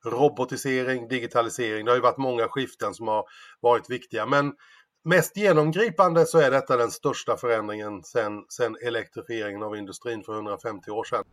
robotisering, digitalisering. Det har ju varit många skiften som har varit viktiga. Men mest genomgripande så är detta den största förändringen sedan elektrifieringen av industrin för 150 år sedan.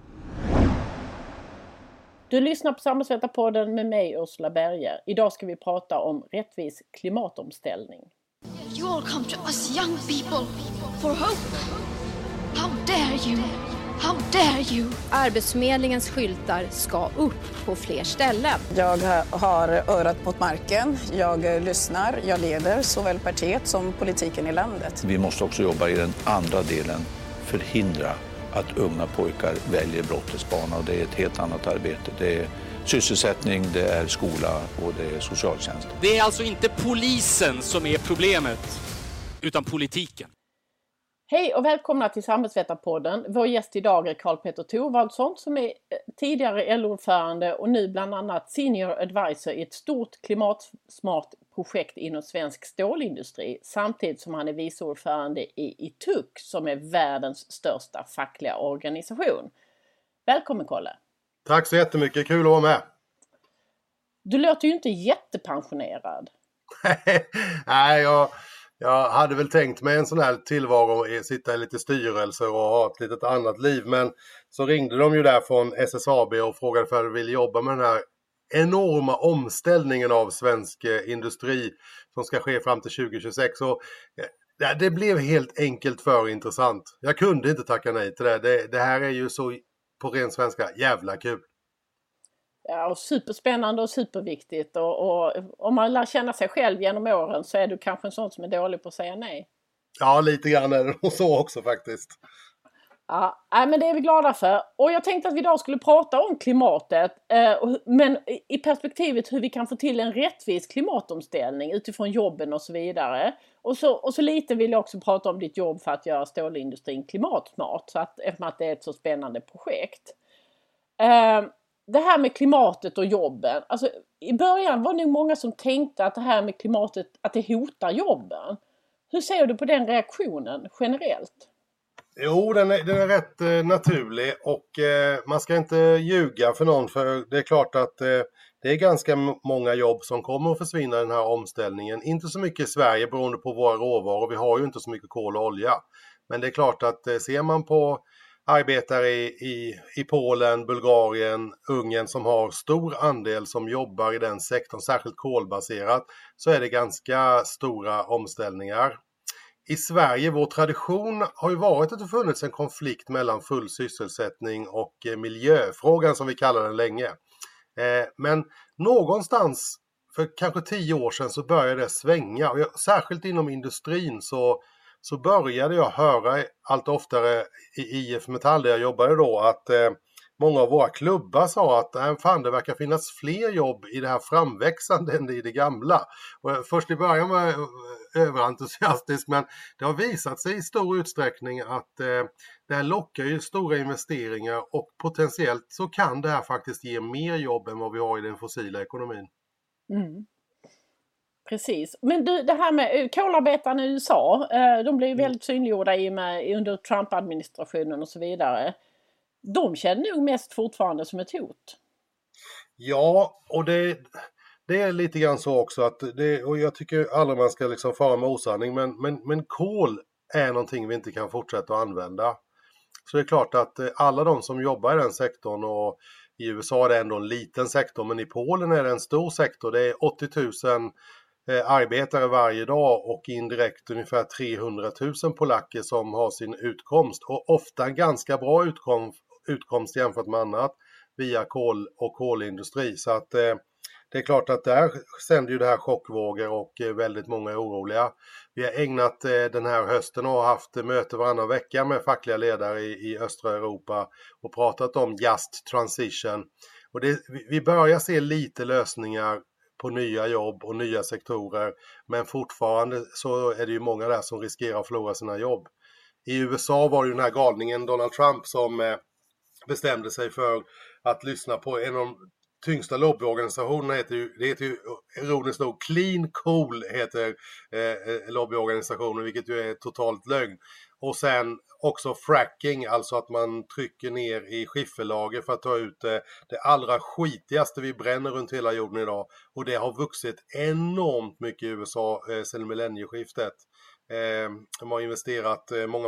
Du lyssnar på Samhällsvetarpodden med mig, Ursula Berger. Idag ska vi prata om rättvis klimatomställning. You all come to us young people for hope. How dare you? How dare you? Arbetsförmedlingens skyltar ska upp på fler ställen. Jag har örat mot marken, jag lyssnar, jag leder såväl partiet som politiken i landet. Vi måste också jobba i den andra delen, förhindra att unga pojkar väljer brottets bana, och det är ett helt annat arbete. Det är sysselsättning, det är skola och det är socialtjänst. Det är alltså inte polisen som är problemet, utan politiken. Hej och välkomna till Samhällsvetarpodden. Vår gäst idag är Karl Petter Thorvaldsson som är tidigare LO-ordförande och nu bland annat senior advisor i ett stort klimatsmart projekt inom svensk stålindustri, samtidigt som han är vice ordförande i TUC som är världens största fackliga organisation. Välkommen Kalle. Tack så jättemycket, kul att vara med. Du låter ju inte jättepensionerad. Nej, jag hade väl tänkt mig en sån här tillvaro, sitta i lite styrelser och ha ett litet annat liv. Men så ringde de ju där från SSAB och frågade för att jag ville jobba med den här enorma omställningen av svensk industri som ska ske fram till 2026. Och det blev helt enkelt för intressant. Jag kunde inte tacka nej till det. Det här är ju så på ren svenska jävla kul. Ja, och superspännande och superviktigt. Och om man lär känna sig själv genom åren så är du kanske en sån som är dålig på att säga nej. Ja, lite grann är det så också faktiskt. Ja, men det är vi glada för. Och jag tänkte att vi idag skulle prata om klimatet. Men i perspektivet hur vi kan få till en rättvis klimatomställning utifrån jobben och så vidare. Och så lite vill jag också prata om ditt jobb för att göra stålindustrin klimatsmart. Eftersom att det är ett så spännande projekt. Det här med klimatet och jobben. Alltså, i början var det nog många som tänkte att det här med klimatet att det hotar jobben. Hur ser du på den reaktionen generellt? Jo, den är rätt naturlig och man ska inte ljuga för någon, för det är klart att det är ganska många jobb som kommer att försvinna i den här omställningen. Inte så mycket i Sverige beroende på våra råvaror, vi har ju inte så mycket kol och olja. Men det är klart att ser man på arbetare i Polen, Bulgarien, Ungern som har stor andel som jobbar i den sektorn, särskilt kolbaserat, så är det ganska stora omställningar. I Sverige, vår tradition har ju varit att det funnits en konflikt mellan full sysselsättning och miljöfrågan som vi kallar den länge. Men någonstans för kanske 10 år sedan så började det svänga, och särskilt inom industrin så började jag höra allt oftare i IF Metall där jag jobbade då att många av våra klubbar sa att fan, det verkar finnas fler jobb i det här framväxande än i det gamla. Och först i början var jag överentusiastisk, men det har visat sig i stor utsträckning att det här lockar ju stora investeringar och potentiellt så kan det här faktiskt ge mer jobb än vad vi har i den fossila ekonomin. Mm. Precis. Men du, det här med kolarbetarna i USA, de blev ju väldigt synliggjorda under Trump-administrationen och så vidare. De känner nog mest fortfarande som ett hot. Ja, och det är lite grann så också att och jag tycker aldrig man ska liksom fara med osanning, men kol är någonting vi inte kan fortsätta att använda. Så det är klart att alla de som jobbar i den sektorn, och i USA är det ändå en liten sektor, men i Polen är det en stor sektor. Det är 80 000 arbetare varje dag och indirekt ungefär 300 000 polacker som har sin utkomst, och ofta en ganska bra utkomst jämfört med annat via kol och kolindustri. Så att det är klart att där sänder ju det här chockvågor och väldigt många är oroliga. Vi har ägnat den här hösten och haft möte varannan vecka med fackliga ledare i östra Europa och pratat om just transition. Och vi börjar se lite lösningar på nya jobb och nya sektorer, men fortfarande så är det ju många där som riskerar att förlora sina jobb. I USA var det ju den här galningen Donald Trump som bestämde sig för att lyssna på en av de tyngsta lobbyorganisationerna, det heter ju ironiskt nog Clean Coal heter lobbyorganisationen, vilket ju är totalt lögn. Och sen också fracking, alltså att man trycker ner i skifferlager för att ta ut det allra skitigaste vi bränner runt hela jorden idag. Och det har vuxit enormt mycket i USA sedan millennieskiftet. De har investerat många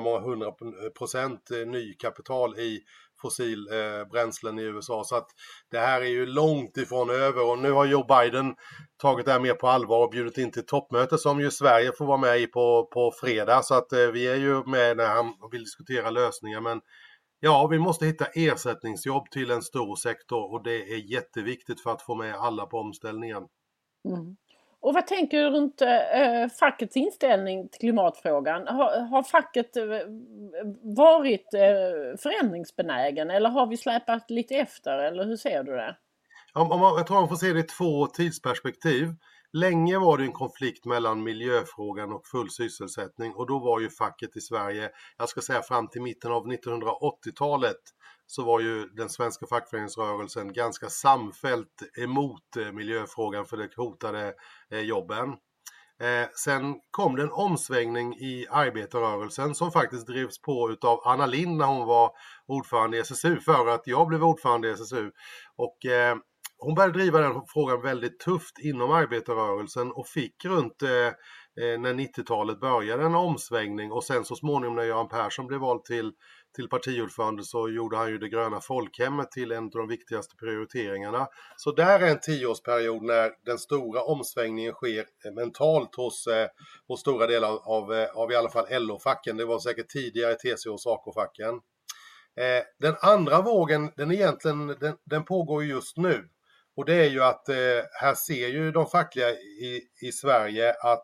100% ny kapital i fossil bränslen i USA. Så att det här är ju långt ifrån över, och nu har Joe Biden tagit det här mer på allvar och bjudit in till toppmöte som ju Sverige får vara med i på fredag. Så att vi är ju med när han vill diskutera lösningar. Men ja, vi måste hitta ersättningsjobb till en stor sektor, och det är jätteviktigt för att få med alla på omställningen. Mm. Och vad tänker du runt fackets inställning till klimatfrågan? Har facket varit förändringsbenägen, eller har vi släpat lite efter, eller hur ser du det? Jag tror man får se det i 2 tidsperspektiv. Länge var det en konflikt mellan miljöfrågan och full sysselsättning, och då var ju facket i Sverige, jag ska säga fram till mitten av 1980-talet, så var ju den svenska fackföreningsrörelsen ganska samfällt emot miljöfrågan, för det hotade jobben. Sen kom det en omsvängning i arbetarrörelsen som faktiskt drevs på utav Anna Lindh när hon var ordförande i SSU, för att jag blev ordförande i SSU. Och hon började driva den frågan väldigt tufft inom arbetarrörelsen och fick runt när 90-talet började en omsvängning, och sen så småningom när Göran Persson blev vald till partiordförande så gjorde han ju det gröna folkhemmet till en av de viktigaste prioriteringarna. Så där är en 10-årsperiod när den stora omsvängningen sker mentalt hos stora delar av i alla fall LO-facken. Det var säkert tidigare TCO och SACO-facken. Den andra vågen, den pågår just nu. Och det är ju att här ser ju de fackliga i Sverige att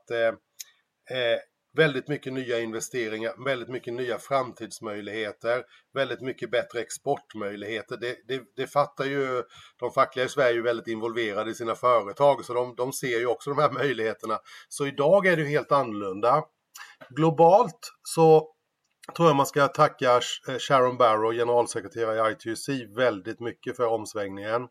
väldigt mycket nya investeringar, väldigt mycket nya framtidsmöjligheter, väldigt mycket bättre exportmöjligheter. Det fattar ju de fackliga i Sverige, är ju väldigt involverade i sina företag, så de ser ju också de här möjligheterna. Så idag är det ju helt annorlunda. Globalt så tror jag man ska tacka Sharon Barrow, generalsekreterare i ITUC, väldigt mycket för omsvängningen.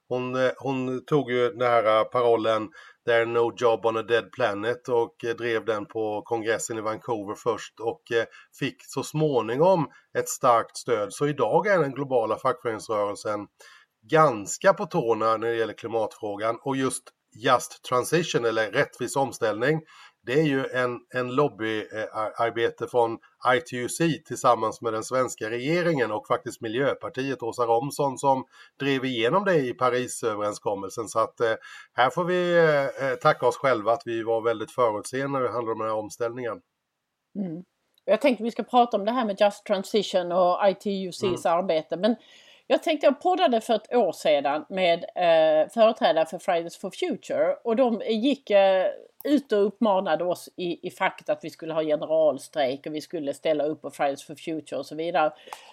Hon tog ju den här parollen "There no job on a dead planet" och drev den på kongressen i Vancouver först, och fick så småningom ett starkt stöd. Så idag är den globala fackföreningsrörelsen ganska på tårna när det gäller klimatfrågan, och just transition eller rättvis omställning, det är ju en lobbyarbete från ITUC tillsammans med den svenska regeringen och faktiskt Miljöpartiet, Åsa Romson, som drev igenom det i Parisöverenskommelsen. Så att här får vi tacka oss själva att vi var väldigt förutseende när det handlar om den här omställningen. Mm. Jag tänkte vi ska prata om det här med Just Transition och ITUCs arbete, men jag tänkte jag poddade för ett år sedan med företrädare för Fridays for Future, och de gick ut och uppmanade oss i facket att vi skulle ha generalstrejk och vi skulle ställa upp på Fridays for Future och så vidare.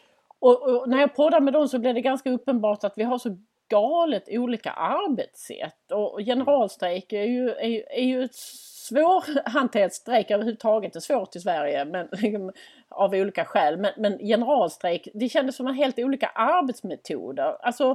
Och när jag poddade med dem så blev det ganska uppenbart att vi har så galet olika arbetssätt, och generalstrejk är ju ett svårhanterad strejk överhuvudtaget. Det är svårt i Sverige men, av olika skäl. Men generalstrejk, det kändes som en helt olika arbetsmetoder. Alltså,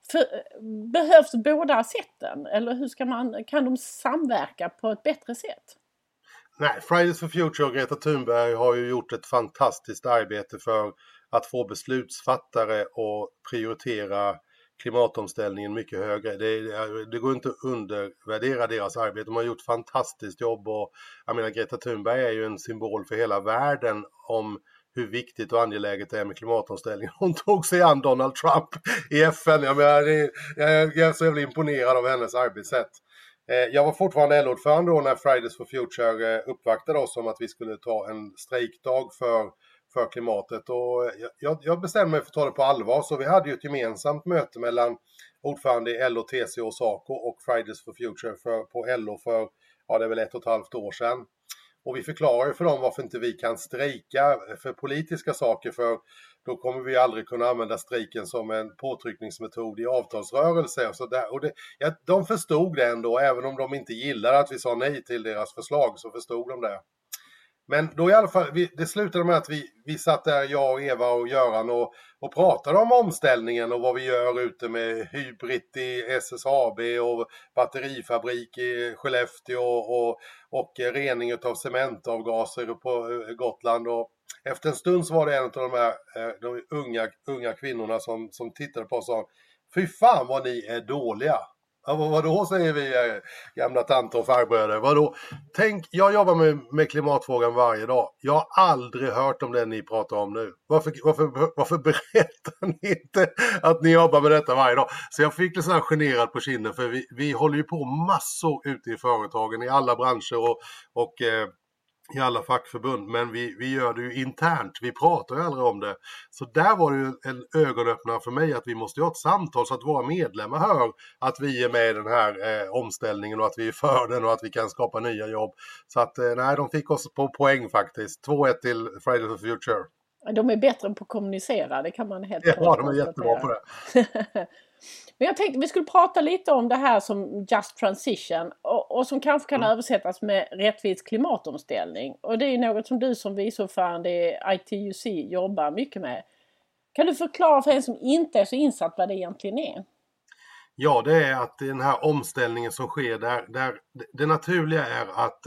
behövs båda sätten? Eller hur kan de samverka på ett bättre sätt? Nej, Fridays for Future och Greta Thunberg har ju gjort ett fantastiskt arbete för att få beslutsfattare att prioritera klimatomställningen mycket högre. Det går inte att undervärdera deras arbete. De har gjort fantastiskt jobb, och jag menar, Greta Thunberg är ju en symbol för hela världen om hur viktigt och angeläget det är med klimatomställningen. Hon tog sig an Donald Trump i FN. Jag är så jävla imponerad av hennes arbetssätt. Jag var fortfarande LO-ordförande då när Fridays for Future uppvaktade oss om att vi skulle ta en strejkdag för klimatet, och jag bestämde mig för att ta det på allvar, så vi hade ju ett gemensamt möte mellan ordförande i LO, TCO och SACO och Fridays for Future på LO för, det är väl 1,5 år sedan. Och vi förklarar ju för dem varför inte vi kan strejka för politiska saker, för då kommer vi aldrig kunna använda strejken som en påtryckningsmetod i avtalsrörelse. De förstod det ändå, även om de inte gillade att vi sa nej till deras förslag, så förstod de det. Men då i alla fall, det slutade med att vi satt där, jag och Eva och Göran, och pratade om omställningen och vad vi gör ute med hybrid i SSAB och batterifabrik i Skellefteå och rening av cementavgaser på Gotland. Och efter en stund så var det en av de unga kvinnorna som tittade på oss och sa, fy fan vad ni är dåliga. Ja, vadå, säger vi gamla tanter och farbröder. Vadå? Tänk, jag jobbar med klimatfrågan varje dag. Jag har aldrig hört om det ni pratar om nu. Varför berättar ni inte att ni jobbar med detta varje dag? Så jag fick lite sån här generad på kinden, för vi håller ju på massor ute i företagen, i alla branscher och i alla fackförbund, men vi gör det ju internt, vi pratar ju aldrig om det. Så där var det ju en ögonöppnare för mig, att vi måste ha ett samtal så att våra medlemmar hör att vi är med i den här omställningen och att vi är för den och att vi kan skapa nya jobb. Så att nej, de fick oss på poäng faktiskt. 2-1 till Fridays for Future. De är bättre på att kommunicera, det kan man helt klart konstatera. Ja, de är jättebra på det. Men jag tänkte vi skulle prata lite om det här som Just Transition och som kanske kan översättas med rättvis klimatomställning. Och det är något som du som vice ordförande i ITUC jobbar mycket med. Kan du förklara för en som inte är så insatt vad det egentligen är? Ja, det är att den här omställningen som sker där det naturliga är att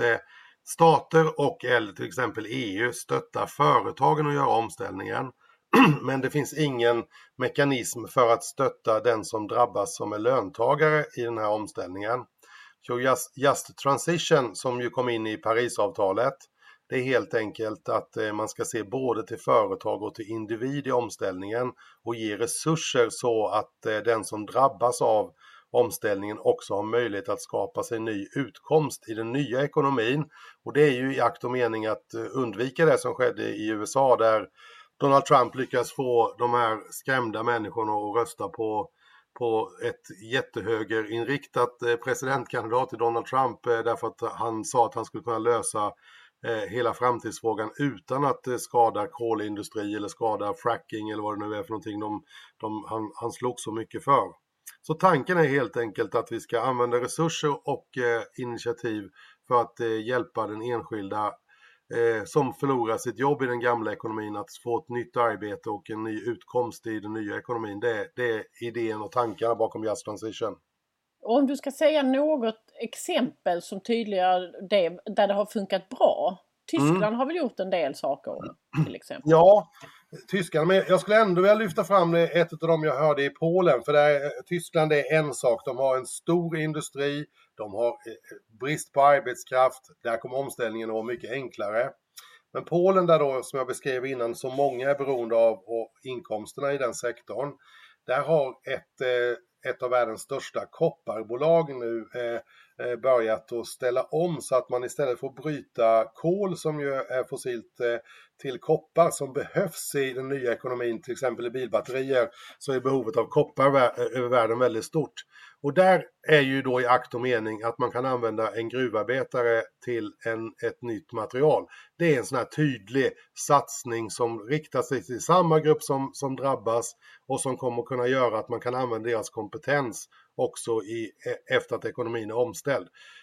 stater och eller till exempel EU stöttar företagen att göra omställningen. Men det finns ingen mekanism för att stötta den som drabbas som är löntagare i den här omställningen. Så Just Transition, som ju kom in i Parisavtalet, det är helt enkelt att man ska se både till företag och till individ i omställningen och ge resurser så att den som drabbas av omställningen också har möjlighet att skapa sig ny utkomst i den nya ekonomin. Och det är ju i akt och mening att undvika det som skedde i USA, där Donald Trump lyckas få de här skrämda människorna att rösta på ett jättehögerinriktat presidentkandidat till Donald Trump, därför att han sa att han skulle kunna lösa hela framtidsfrågan utan att skada kolindustri eller skada fracking eller vad det nu är för någonting han slog så mycket för. Så tanken är helt enkelt att vi ska använda resurser och initiativ för att hjälpa den enskilda som förlorar sitt jobb i den gamla ekonomin att få ett nytt arbete och en ny utkomst i den nya ekonomin. Det är idén och tankarna bakom Just Transition. Och om du ska säga något exempel som tydliggör det, där det har funkat bra. Tyskland har väl gjort en del saker till exempel? Ja, Tyskland. Men jag skulle ändå vilja lyfta fram ett av dem jag hörde i Polen. För Tyskland är en sak. De har en stor industri. De har brist på arbetskraft. Där kommer omställningen att vara mycket enklare. Men Polen, där då, som jag beskrev innan, så många är beroende av inkomsterna i den sektorn. Där har ett av världens största kopparbolag nu börjat att ställa om så att man istället får bryta kol, som ju är fossilt, till koppar som behövs i den nya ekonomin, till exempel i bilbatterier, så är behovet av koppar över världen väldigt stort. Och där är ju då i akt och mening att man kan använda en gruvarbetare till ett nytt material. Det är en sån här tydlig satsning som riktar sig till samma grupp som drabbas och som kommer kunna göra att man kan använda deras kompetens också efter att ekonomin är omställd.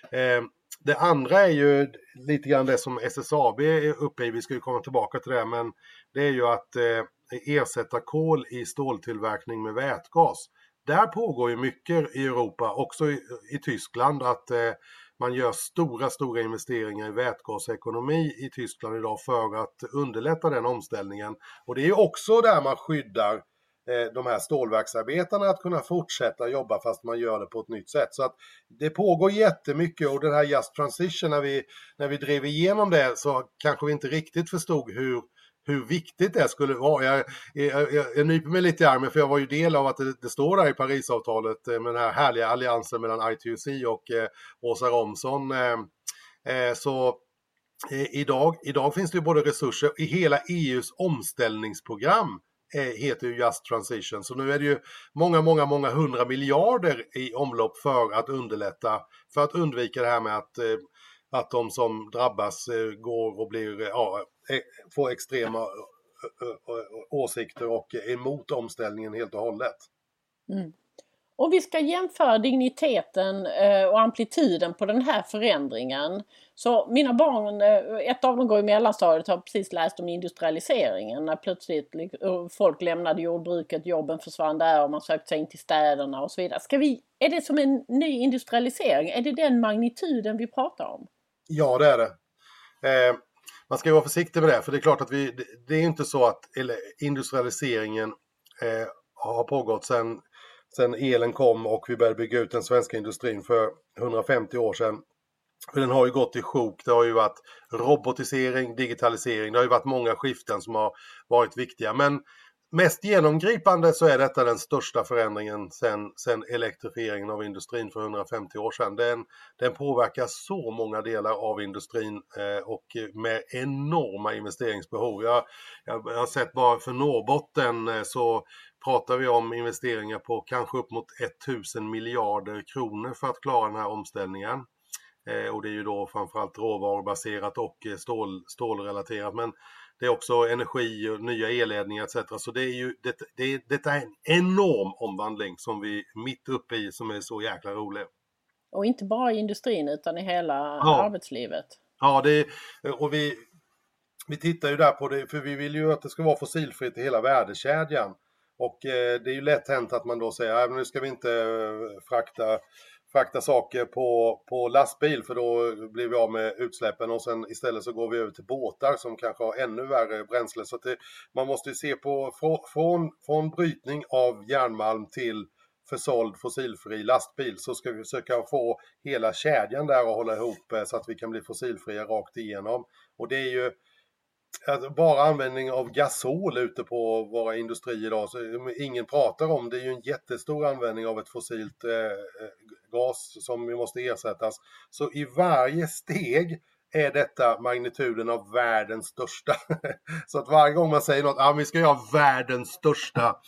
Det andra är ju lite grann det som SSAB är uppe i, vi ska ju komma tillbaka till det, men det är ju att ersätta kol i ståltillverkning med vätgas. Där pågår ju mycket i Europa, också i Tyskland, att man gör stora investeringar i vätgasekonomi i Tyskland idag för att underlätta den omställningen. Och det är ju också där man skyddar de här stålverksarbetarna att kunna fortsätta jobba fast man gör det på ett nytt sätt. Så att det pågår jättemycket, och den här Just Transition, när vi drev igenom det, så kanske vi inte riktigt förstod hur viktigt det skulle vara. Jag nyper mig lite i armen, för jag var ju del av att det står där i Parisavtalet med den här härliga alliansen mellan ITUC och Åsa Romson. Så idag finns det ju både resurser i hela EUs omställningsprogram heter ju Just Transition. Så nu är det ju många 100 miljarder i omlopp för att underlätta, för att undvika det här med att de som drabbas går och får extrema åsikter och är emot omställningen helt och hållet. Mm. Om vi ska jämföra digniteten och amplituden på den här förändringen, så mina barn, ett av dem går i mellanstadiet, har precis läst om industrialiseringen, när plötsligt folk lämnade jordbruket, jobben försvann där och man sökte sig in till städerna och så vidare. Är det som en ny industrialisering? Är det den magnituden vi pratar om? Ja, det är det. man ska ju vara försiktig med det, för det är klart att det är inte så att industrialiseringen har pågått sen elen kom och vi började bygga ut den svenska industrin för 150 år sedan. För den har ju gått i sjok. Det har ju varit robotisering, digitalisering. Det har ju varit många skiften som har varit viktiga. Men mest genomgripande så är detta den största förändringen sen elektrifieringen av industrin för 150 år sedan. Den påverkar så många delar av industrin och med enorma investeringsbehov. Jag har sett bara för Norrbotten så pratar vi om investeringar på kanske upp mot 1000 miljarder kronor för att klara den här omställningen. Och det är ju då framförallt råvarubaserat och stålrelaterat, men det är också energi och nya elledningar etc. Så det är ju detta är en enorm omvandling som vi är mitt uppe i, som är så jäkla rolig. Och inte bara i industrin utan i hela arbetslivet. Ja, och vi tittar ju där på det, för vi vill ju att det ska vara fossilfritt i hela värdekedjan. Och det är ju lätt hänt att man då säger men nu ska vi inte frakta saker på lastbil, för då blir vi av med utsläppen, och sen istället så går vi över till båtar som kanske har ännu värre bränsle. Så att man måste ju se på från brytning av järnmalm till försåld fossilfri lastbil, så ska vi försöka få hela kedjan där och hålla ihop så att vi kan bli fossilfria rakt igenom. Och det är ju bara användning av gasol ute på våra industrier idag, så ingen pratar om. Det är ju en jättestor användning av ett fossilt gas som vi måste ersättas. Så i varje steg är detta magnituden av världens största. Så att varje gång man säger något, vi ska göra världens största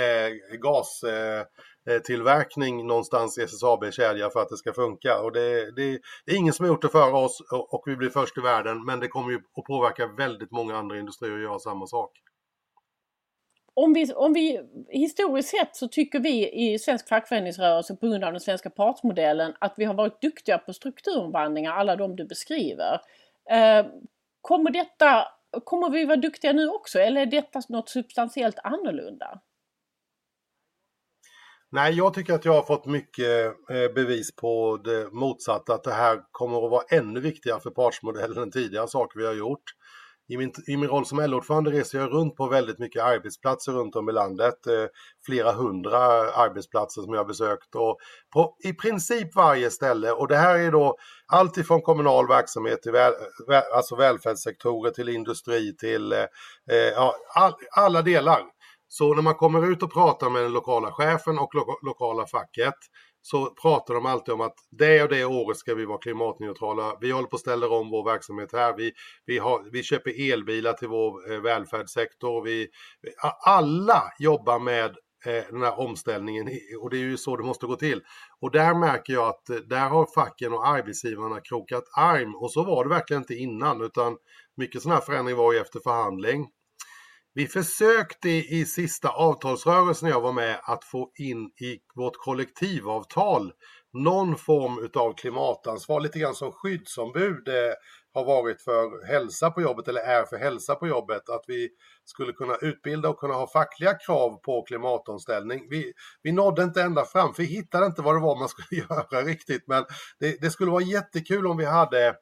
gastillverkning någonstans i SSAB-kedja för att det ska funka. Och det är ingen som har gjort det för oss och vi blir först i världen, men det kommer ju att påverka väldigt många andra industrier att göra samma sak. Om vi historiskt sett så tycker vi i svensk fackföreningsrörelse på grund av den svenska partsmodellen att vi har varit duktiga på strukturomvandlingar, alla de du beskriver. Kommer vi vara duktiga nu också, eller är detta något substantiellt annorlunda? Nej, jag tycker att jag har fått mycket bevis på det motsatta, att det här kommer att vara ännu viktigare för partsmodellen än tidigare saker vi har gjort. I min roll som LO-ordförande reser jag runt på väldigt mycket arbetsplatser runt om i landet. Flera hundra arbetsplatser som jag har besökt. Och på i princip varje ställe. Och det här är då allt ifrån kommunal verksamhet till alltså välfärdssektorer till industri till alla delar. Så när man kommer ut och pratar med den lokala chefen och lokala facket, så pratar de alltid om att det och det året ska vi vara klimatneutrala. Vi håller på att ställa om vår verksamhet här. Vi köper elbilar till vår välfärdssektor. Alla jobbar med den här omställningen, och det är ju så det måste gå till. Och där märker jag att där har facken och arbetsgivarna krokat arm. Och så var det verkligen inte innan, utan mycket sån här förändring var ju efter förhandling. Vi försökte i sista avtalsrörelsen jag var med att få in i vårt kollektivavtal någon form av klimatansvar, lite grann som skyddsombud har varit för hälsa på jobbet, eller är för hälsa på jobbet, att vi skulle kunna utbilda och kunna ha fackliga krav på klimatomställning. Vi nådde inte ända fram, för vi hittade inte vad det var man skulle göra riktigt, men det skulle vara jättekul om vi hade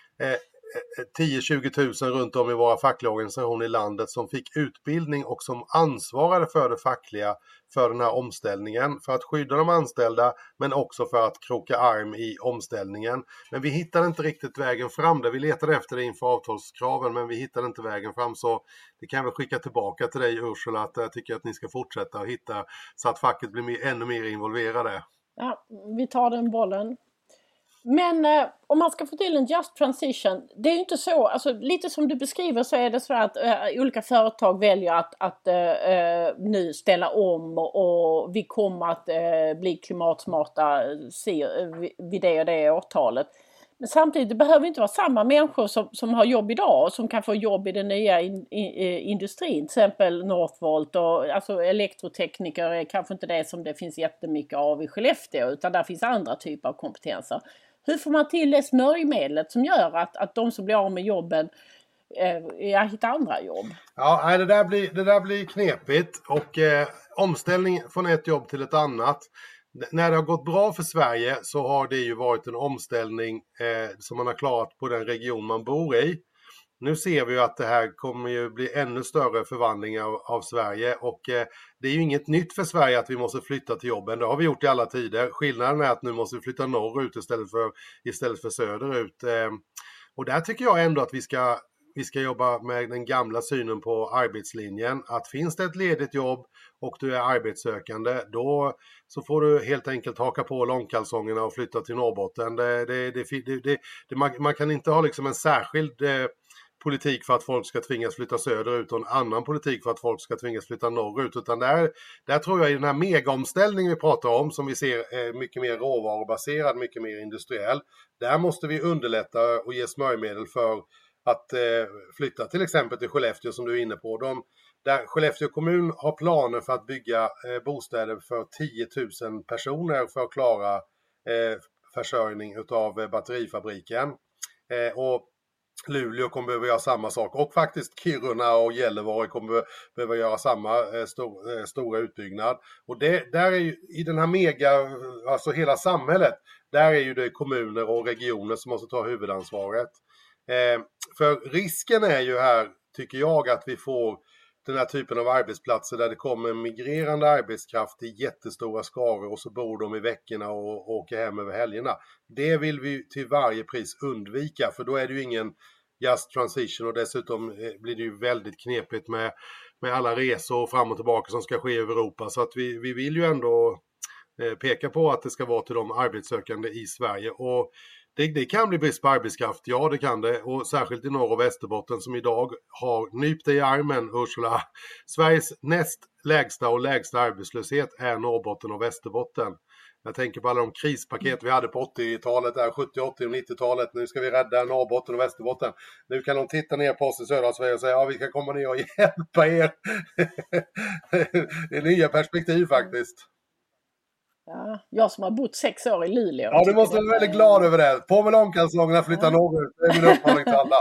10-20 000 runt om i våra fackliga organisationer i landet som fick utbildning och som ansvarade för det fackliga, för den här omställningen, för att skydda de anställda men också för att kroka arm i omställningen. Men vi hittade inte riktigt vägen fram där. Vi letade efter det inför avtalskraven, men vi hittade inte vägen fram, så det kan vi skicka tillbaka till dig, Ursula, att jag tycker att ni ska fortsätta att hitta så att facket blir ännu mer involverade. Ja, vi tar den bollen. Men om man ska få till en just transition, det är ju inte så, alltså lite som du beskriver så är det så att olika företag väljer att nu ställa om och vi kommer att bli klimatsmarta vid det och det årtalet. Men samtidigt, det behöver inte vara samma människor som har jobb idag och som kan få jobb i den nya industrin. Till exempel Northvolt och alltså elektrotekniker är kanske inte det som det finns jättemycket av i Skellefteå, utan där finns andra typer av kompetenser. Hur får man till det smörjmedlet som gör att de som blir av med jobben hittar andra jobb? Ja, det där blir knepigt, och omställning från ett jobb till ett annat. När det har gått bra för Sverige så har det ju varit en omställning som man har klarat på den region man bor i. nu ser vi ju att det här kommer ju bli ännu större förvandlingar av Sverige och det är ju inget nytt för Sverige att vi måste flytta till jobben. Det har vi gjort i alla tider. Skillnaden är att nu måste vi flytta norrut istället för söderut. Och där tycker jag ändå att vi ska jobba med den gamla synen på arbetslinjen. Att finns det ett ledigt jobb och du är arbetssökande, då så får du helt enkelt haka på långkalsongerna och flytta till Norrbotten. Man kan inte ha liksom en särskild politik för att folk ska tvingas flytta söderut och en annan politik för att folk ska tvingas flytta norrut. Utan där tror jag i den här megaomställningen vi pratar om, som vi ser är mycket mer råvarubaserad, mycket mer industriell. Där måste vi underlätta och ge smörjmedel för att flytta till exempel till Skellefteå som du är inne på. Där Skellefteå kommun har planer för att bygga bostäder för 10 000 personer för att klara försörjning utav batterifabriken. Och Luleå kommer behöva göra samma sak och faktiskt Kiruna och Gällivare kommer behöva göra samma stora utbyggnad. Och där är ju i den här alltså hela samhället, där är ju det kommuner och regioner som måste ta huvudansvaret. För risken är ju här, tycker jag, att vi får den här typen av arbetsplatser där det kommer migrerande arbetskraft i jättestora skaror och så bor de i veckorna och åker hem över helgerna. Det vill vi till varje pris undvika, för då är det ju ingen just transition och dessutom blir det ju väldigt knepigt med alla resor fram och tillbaka som ska ske över Europa. Så att vi vill ju ändå peka på att det ska vara till de arbetssökande i Sverige. Och det kan bli brist på arbetskraft, ja det kan det. Och särskilt i Norr- och Västerbotten som idag har nypt i armen, Ursula. Sveriges näst lägsta och lägsta arbetslöshet är Norrbotten och Västerbotten. Jag tänker på alla de krispaket vi hade på 80-talet, där 70-, 80- och 90-talet. Nu ska vi rädda Norrbotten och Västerbotten. Nu kan de titta ner på oss i södra Sverige och säga ja, vi kan komma ner och hjälpa er. Det är nya perspektiv faktiskt. Ja, jag som har bott 6 år i Luleå. Ja, du måste vara väldigt glad över det. På med långkalsongerna, flytta norrut. Det är min uppmaning till alla.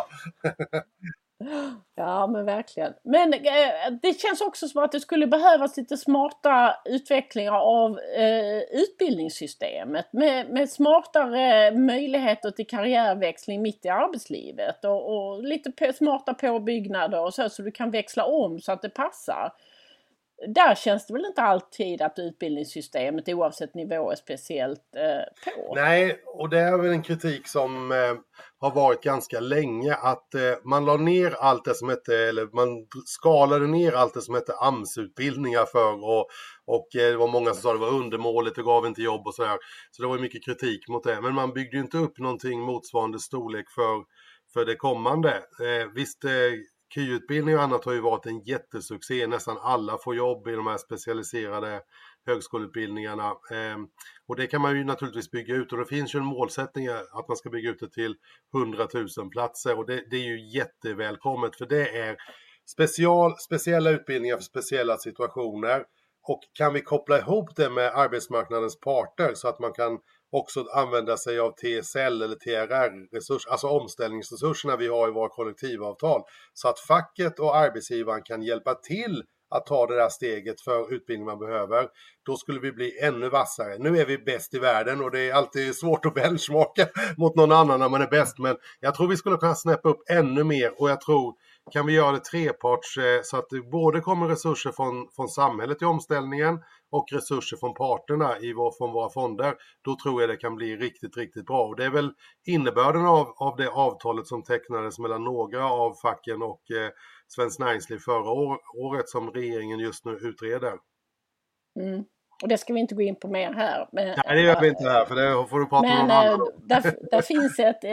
Ja, men verkligen. Men det känns också som att det skulle behövas lite smarta utvecklingar av utbildningssystemet. Med smartare möjligheter till karriärväxling mitt i arbetslivet. Och lite smarta påbyggnader och så du kan växla om så att det passar. Där känns det väl inte alltid att utbildningssystemet oavsett nivå är speciellt på. Nej, och det är väl en kritik som har varit ganska länge, att man la ner allt det som hette, eller man skalade ner allt det som hette AMS-utbildningar för och det var många som sa att det var undermåligt och gav inte jobb och sådär. Så det var mycket kritik mot det, men man byggde ju inte upp någonting motsvarande storlek för det kommande. Visst, KY-utbildning och annat har ju varit en jättesuccé. Nästan alla får jobb i de här specialiserade högskoleutbildningarna. Och det kan man ju naturligtvis bygga ut. Och det finns ju en målsättning att man ska bygga ut det till 100 000 platser. Och det är ju jättevälkommet, för det är speciella utbildningar för speciella situationer. Och kan vi koppla ihop det med arbetsmarknadens parter så att man kan också använda sig av TSL eller TRR-resurs, alltså omställningsresurserna vi har i våra kollektivavtal, så att facket och arbetsgivaren kan hjälpa till att ta det där steget för utbildning man behöver, då skulle vi bli ännu vassare. Nu är vi bäst i världen och det är alltid svårt att benchmarka mot någon annan när man är bäst, men jag tror vi skulle kunna snäppa upp ännu mer, och jag tror kan vi göra det treparts så att det både kommer resurser från samhället i omställningen och resurser från parterna från våra fonder, då tror jag det kan bli riktigt, riktigt bra. Och det är väl innebörden av det avtalet som tecknades mellan några av facken och Svenskt Näringsliv förra året som regeringen just nu utreder. Mm. Och det ska vi inte gå in på mer här. Men, nej, det gör vi inte här, för det får du prata med någon annan om. Där finns ett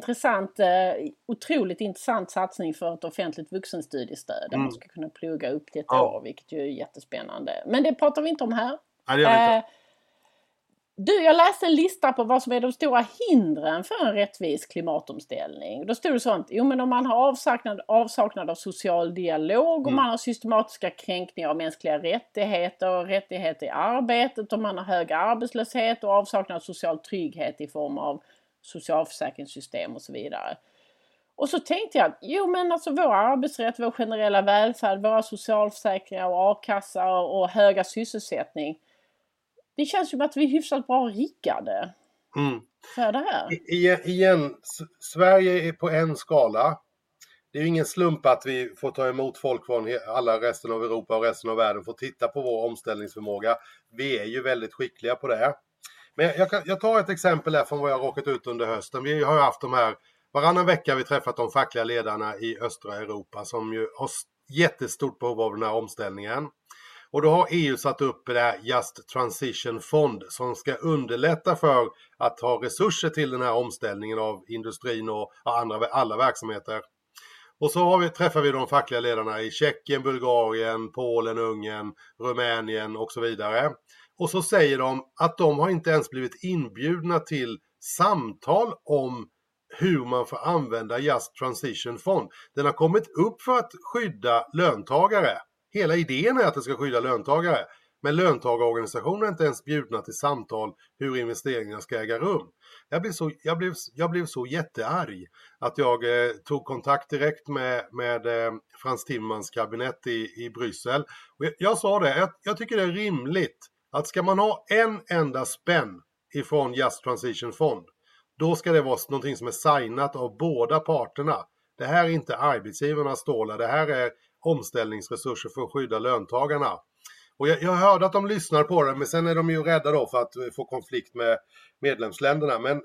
otroligt intressant satsning för ett offentligt vuxenstudiestöd. Där man ska kunna plugga upp till ett år, vilket ju är jättespännande. Men det pratar vi inte om här. Nej, det gör vi inte. Jag läste en lista på vad som är de stora hindren för en rättvis klimatomställning. Då stod det sånt, men om man har avsaknad av social dialog, om man har systematiska kränkningar av mänskliga rättigheter och rättigheter i arbetet, om man har hög arbetslöshet och avsaknad av social trygghet i form av socialförsäkringssystem och så vidare. Och så tänkte jag, vår arbetsrätt, vår generella välfärd, våra socialförsäkringar och a-kassa och höga sysselsättning, det känns ju att vi är hyfsat bra riggade för det här. Igen, Sverige är på en skala. det är ju ingen slump att vi får ta emot folk från alla resten av Europa och resten av världen för att titta på vår omställningsförmåga. Vi är ju väldigt skickliga på det. Men jag tar ett exempel här från vad jag har råkat ut under hösten. Vi har ju haft de här, varannan vecka har vi träffat de fackliga ledarna i östra Europa som ju har jättestort behov av den här omställningen. Och då har EU satt upp det här Just Transition Fond som ska underlätta för att ha resurser till den här omställningen av industrin och alla verksamheter. Och så träffar vi de fackliga ledarna i Tjeckien, Bulgarien, Polen, Ungern, Rumänien och så vidare. Och så säger de att de har inte ens blivit inbjudna till samtal om hur man får använda Just Transition Fond. Den har kommit upp för att skydda löntagare. Hela idén är att det ska skydda löntagare. Men löntagarorganisationer är inte ens bjudna till samtal hur investeringarna ska äga rum. Jag blev så jättearg att jag tog kontakt direkt med Frans Timmermans kabinett i Bryssel. Och jag sa det, jag tycker det är rimligt att ska man ha en enda spänn ifrån Just Transition Fond, då ska det vara någonting som är signat av båda parterna. Det här är inte arbetsgivarnas stålar, det här är omställningsresurser för att skydda löntagarna. Och jag hörde att de lyssnar på det, men sen är de ju rädda då för att få konflikt med medlemsländerna. Men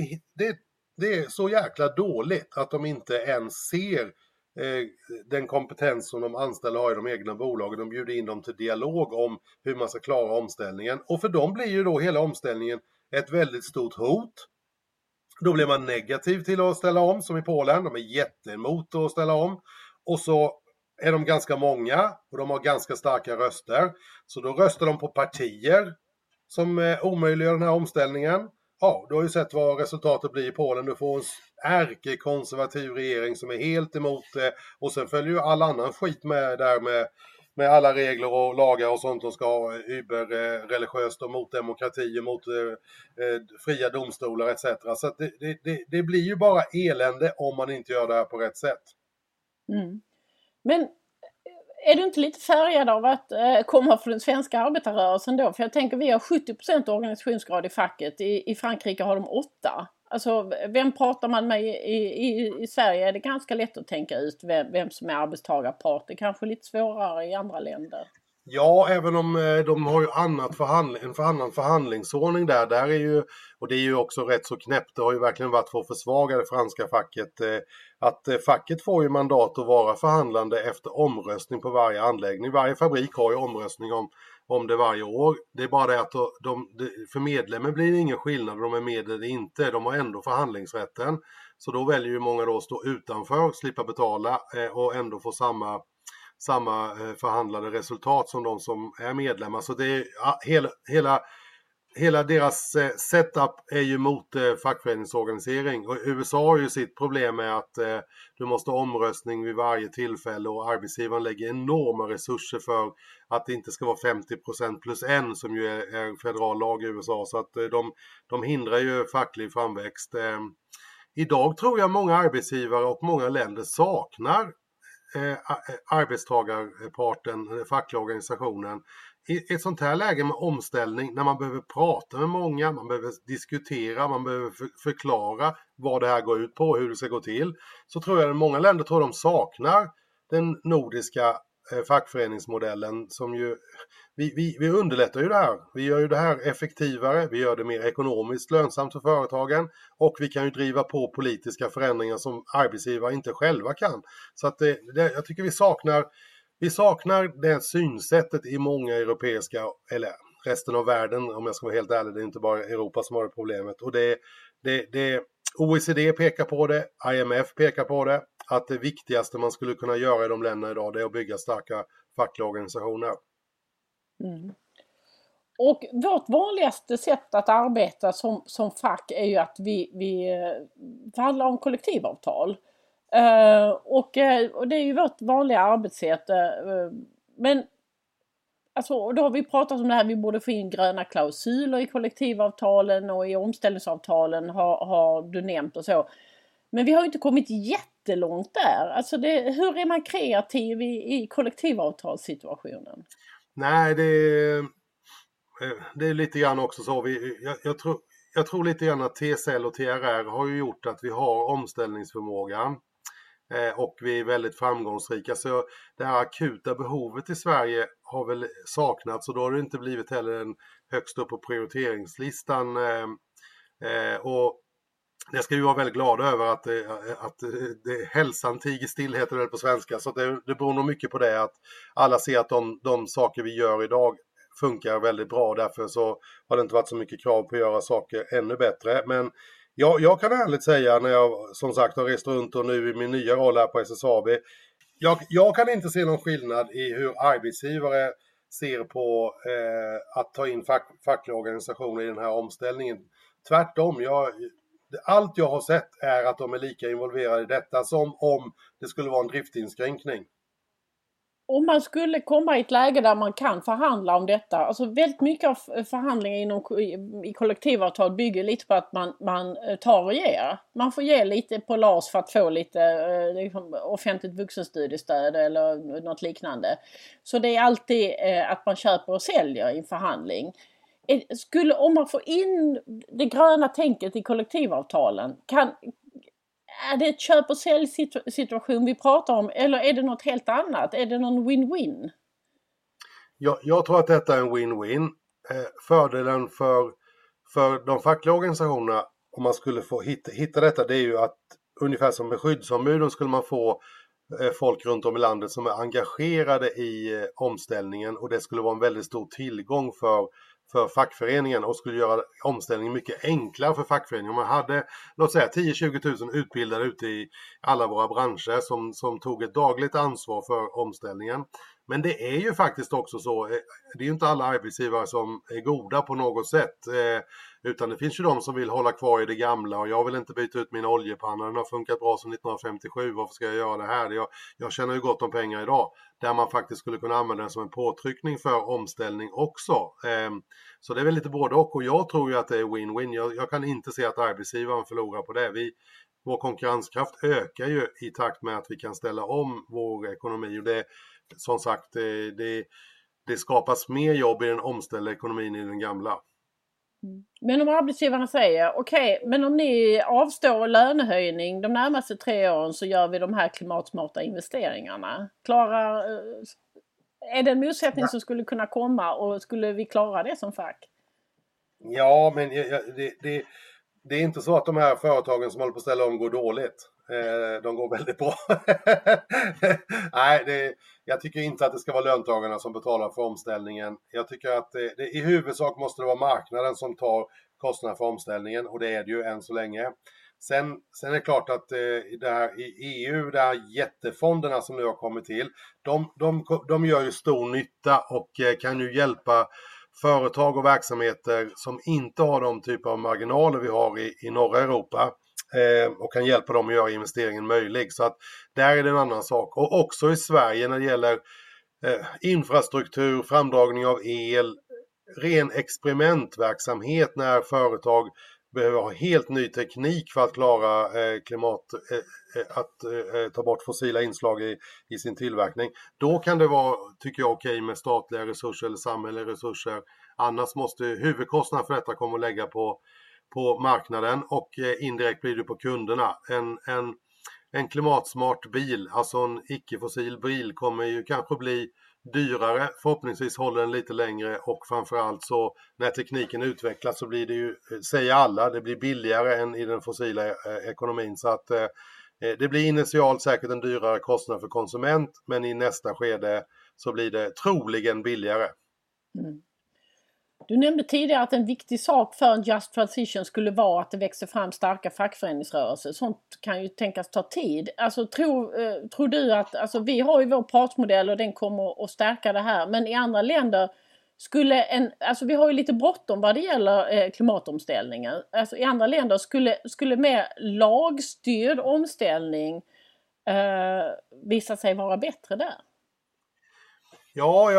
det är så jäkla dåligt att de inte ens ser den kompetens som de anställda har i de egna bolagen. De bjuder in dem till dialog om hur man ska klara omställningen. Och för dem blir ju då hela omställningen ett väldigt stort hot. Då blir man negativ till att ställa om, som i Polen. De är jätteemot att ställa om. Och så är de ganska många och de har ganska starka röster. Så då röstar de på partier som omöjliggör den här omställningen. Ja, du har ju sett vad resultatet blir i Polen. Du får en ärkekonservativ regering som är helt emot det. Och sen följer ju all annan skit med där med alla regler och lagar och sånt. De ska ha religiöst och mot demokrati och mot fria domstolar etc. Så att det blir ju bara elände om man inte gör det här på rätt sätt. Mm. Men är du inte lite färgad av att komma från den svenska arbetarrörelsen då? För jag tänker vi har 70% organisationsgrad i facket. I Frankrike har de 8%. Alltså vem pratar man med i Sverige är det ganska lätt att tänka ut vem som är arbetstagarpart. Det är kanske lite svårare i andra länder. Ja, även om de har ju en annan förhandlingsordning där är ju, och det är ju också rätt så knäppt, det har ju verkligen varit för att försvaga det franska facket, att facket får ju mandat att vara förhandlande efter omröstning på varje anläggning. Varje fabrik har ju omröstning om det varje år. Det är bara det att för medlemmen blir det ingen skillnad om de är med eller inte. De har ändå förhandlingsrätten. Så då väljer ju många då att stå utanför, slippa betala och ändå få samma förhandlade resultat som de som är medlemmar. Så det är hela deras setup är ju mot fackföreningsorganisering. Och USA har ju sitt problem med att du måste ha omröstning vid varje tillfälle och arbetsgivaren lägger enorma resurser för att det inte ska vara 50% plus 1 som ju är federal lag i USA. Så att de hindrar ju facklig framväxt. Idag tror jag många arbetsgivare och många länder saknar arbetstagarparten, den fackliga organisationen. I ett sånt här läge med omställning, när man behöver prata med många, man behöver diskutera, man behöver förklara vad det här går ut på och hur det ska gå till, så tror jag att många länder tror de saknar den nordiska fackföreningsmodellen som ju, vi underlättar ju det här. Vi gör ju det här effektivare, vi gör det mer ekonomiskt lönsamt för företagen och vi kan ju driva på politiska förändringar som arbetsgivare inte själva kan. Så att jag tycker vi saknar det synsättet i många europeiska, eller resten av världen om jag ska vara helt ärlig, det är inte bara Europa som har det problemet. Och OECD pekar på det, IMF pekar på det, att det viktigaste man skulle kunna göra i de länderna idag det är att bygga starka fackliga organisationer. Mm. Och vårt vanligaste sätt att arbeta som fack är ju att vi förhandlar om kollektivavtal. Och det är ju vårt vanliga arbetssätt. Men alltså, då har vi pratat om det här, vi borde få in gröna klausuler i kollektivavtalen och i omställningsavtalen har du nämnt och så. Men vi har ju inte kommit jättelångt där. Alltså hur är man kreativ i kollektivavtalssituationen? Nej, det är lite grann också så. Jag tror lite grann att TSL och TRR har ju gjort att vi har omställningsförmågan. och vi är väldigt framgångsrika. Så det här akuta behovet i Sverige har väl saknats och då har det inte blivit heller en högst upp på prioriteringslistan. Och det ska vi vara väldigt glada över att hälsan tiger still heter det på svenska. Så det beror nog mycket på det att alla ser att de saker vi gör idag funkar väldigt bra. Därför så har det inte varit så mycket krav på att göra saker ännu bättre. Men jag kan ärligt säga när jag som sagt har rest runt och nu i min nya roll här på SSAB. Jag kan inte se någon skillnad i hur arbetsgivare ser på att ta in fackliga organisationer i den här omställningen. Tvärtom, allt jag har sett är att de är lika involverade i detta som om det skulle vara en driftinskränkning. Om man skulle komma i ett läge där man kan förhandla om detta, alltså väldigt mycket av förhandlingar i kollektivavtal bygger lite på att man tar och ger. Man får ge lite på LAS för att få lite offentligt vuxenstudiestöd eller något liknande. Så det är alltid att man köper och säljer i en förhandling. Om man får in det gröna tänket i kollektivavtalen, är det ett köp- och säljsituation vi pratar om eller är det något helt annat? Är det någon win-win? Jag tror att detta är en win-win. Fördelen för de fackliga organisationerna om man skulle få hitta detta, det är ju att ungefär som med skyddsombuden skulle man få folk runt om i landet som är engagerade i omställningen och det skulle vara en väldigt stor tillgång för fackföreningen och skulle göra omställningen mycket enklare för fackföreningen. Om man hade, låt säga 10-20 000 utbildade ute i alla våra branscher som tog ett dagligt ansvar för omställningen. Men det är ju faktiskt också så, det är ju inte alla arbetsgivare som är goda på något sätt, utan det finns ju de som vill hålla kvar i det gamla och jag vill inte byta ut mina oljepannor, den har funkat bra sedan 1957, varför ska jag göra det här? Jag tjänar ju gott om pengar idag, där man faktiskt skulle kunna använda den som en påtryckning för omställning också. Så det är väl lite både och jag tror ju att det är win-win, jag kan inte se att arbetsgivaren förlorar på det. Vår konkurrenskraft ökar ju i takt med att vi kan ställa om vår ekonomi och det som sagt, det skapas mer jobb i den omställda ekonomin i den gamla. Men om arbetsgivarna säger okej, men om ni avstår lönehöjning de närmaste 3 åren så gör vi de här klimatsmarta investeringarna. Är det en motsättning som skulle kunna komma och skulle vi klara det som fack? Ja, men det är inte så att de här företagen som håller på att ställa om går dåligt. De går väldigt bra. Nej, jag tycker inte att det ska vara löntagarna som betalar för omställningen. Jag tycker att i huvudsak måste det vara marknaden som tar kostnaderna för omställningen och det är det ju än så länge. Sen är det klart att det här i EU, de här jättefonderna som nu har kommit till, de gör ju stor nytta och kan ju hjälpa företag och verksamheter som inte har de typer av marginaler vi har i norra Europa och kan hjälpa dem att göra investeringen möjlig. Så att där är det en annan sak. Och också i Sverige när det gäller infrastruktur, framdragning av el, ren experimentverksamhet när företag behöver ha helt ny teknik för att klara att ta bort fossila inslag i sin tillverkning. Då kan det vara, tycker jag, okej med statliga resurser eller samhälleliga resurser. Annars måste huvudkostnaden för detta komma att lägga på marknaden och indirekt blir det på kunderna. En klimatsmart bil, alltså en icke-fossil bil kommer ju kanske bli dyrare, förhoppningsvis håller den lite längre och framförallt så när tekniken utvecklas så blir det ju, säger alla, det blir billigare än i den fossila ekonomin så att det blir initialt säkert en dyrare kostnad för konsument men i nästa skede så blir det troligen billigare. Mm. Du nämnde tidigare att en viktig sak för en just transition skulle vara att det växer fram starka fackföreningsrörelser. Sånt kan ju tänkas ta tid. Alltså tror du att, alltså vi har ju vår partsmodell och den kommer att stärka det här. Men i andra länder alltså vi har ju lite bråttom vad det gäller klimatomställningen. Alltså i andra länder skulle mer lagstyrd omställning visa sig vara bättre där? Ja,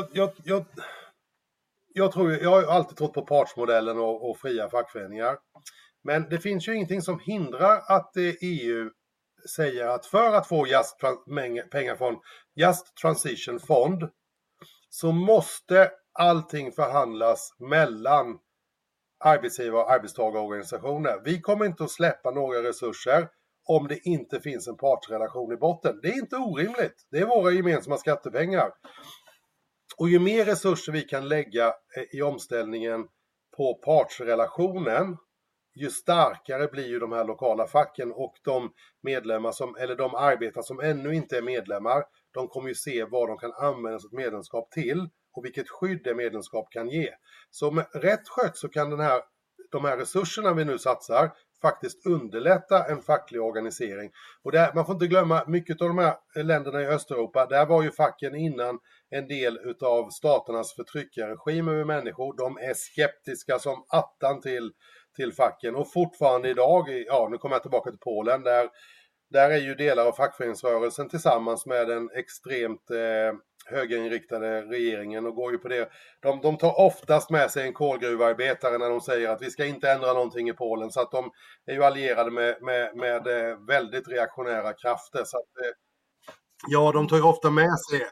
jag har alltid trott på partsmodellen och fria fackföreningar. Men det finns ju ingenting som hindrar att EU säger att för att få pengar från Just Transition Fond så måste allting förhandlas mellan arbetsgivare och arbetstagarorganisationer. Vi kommer inte att släppa några resurser om det inte finns en partsrelation i botten. Det är inte orimligt. Det är våra gemensamma skattepengar. Och ju mer resurser vi kan lägga i omställningen på partsrelationen, ju starkare blir ju de här lokala facken, och de medlemmar eller de arbetare som ännu inte är medlemmar, de kommer ju se vad de kan använda sitt medlemskap till och vilket skydd det medlemskap kan ge. Så med rätt skött så kan de här resurserna vi nu satsar faktiskt underlätta en facklig organisering. Och man får inte glömma, mycket av de här länderna i Östeuropa, där var ju facken innan en del utav staternas förtryckarregim över människor. De är skeptiska som attan till facken, och fortfarande idag, nu kommer jag tillbaka till Polen, där är ju delar av fackföreningsrörelsen tillsammans med den extremt högerinriktade regeringen och går ju på det. De tar oftast med sig en kolgruvarbetare när de säger att vi ska inte ändra någonting i Polen, så att de är ju allierade med väldigt reaktionära krafter. Så att, de tar ju ofta med sig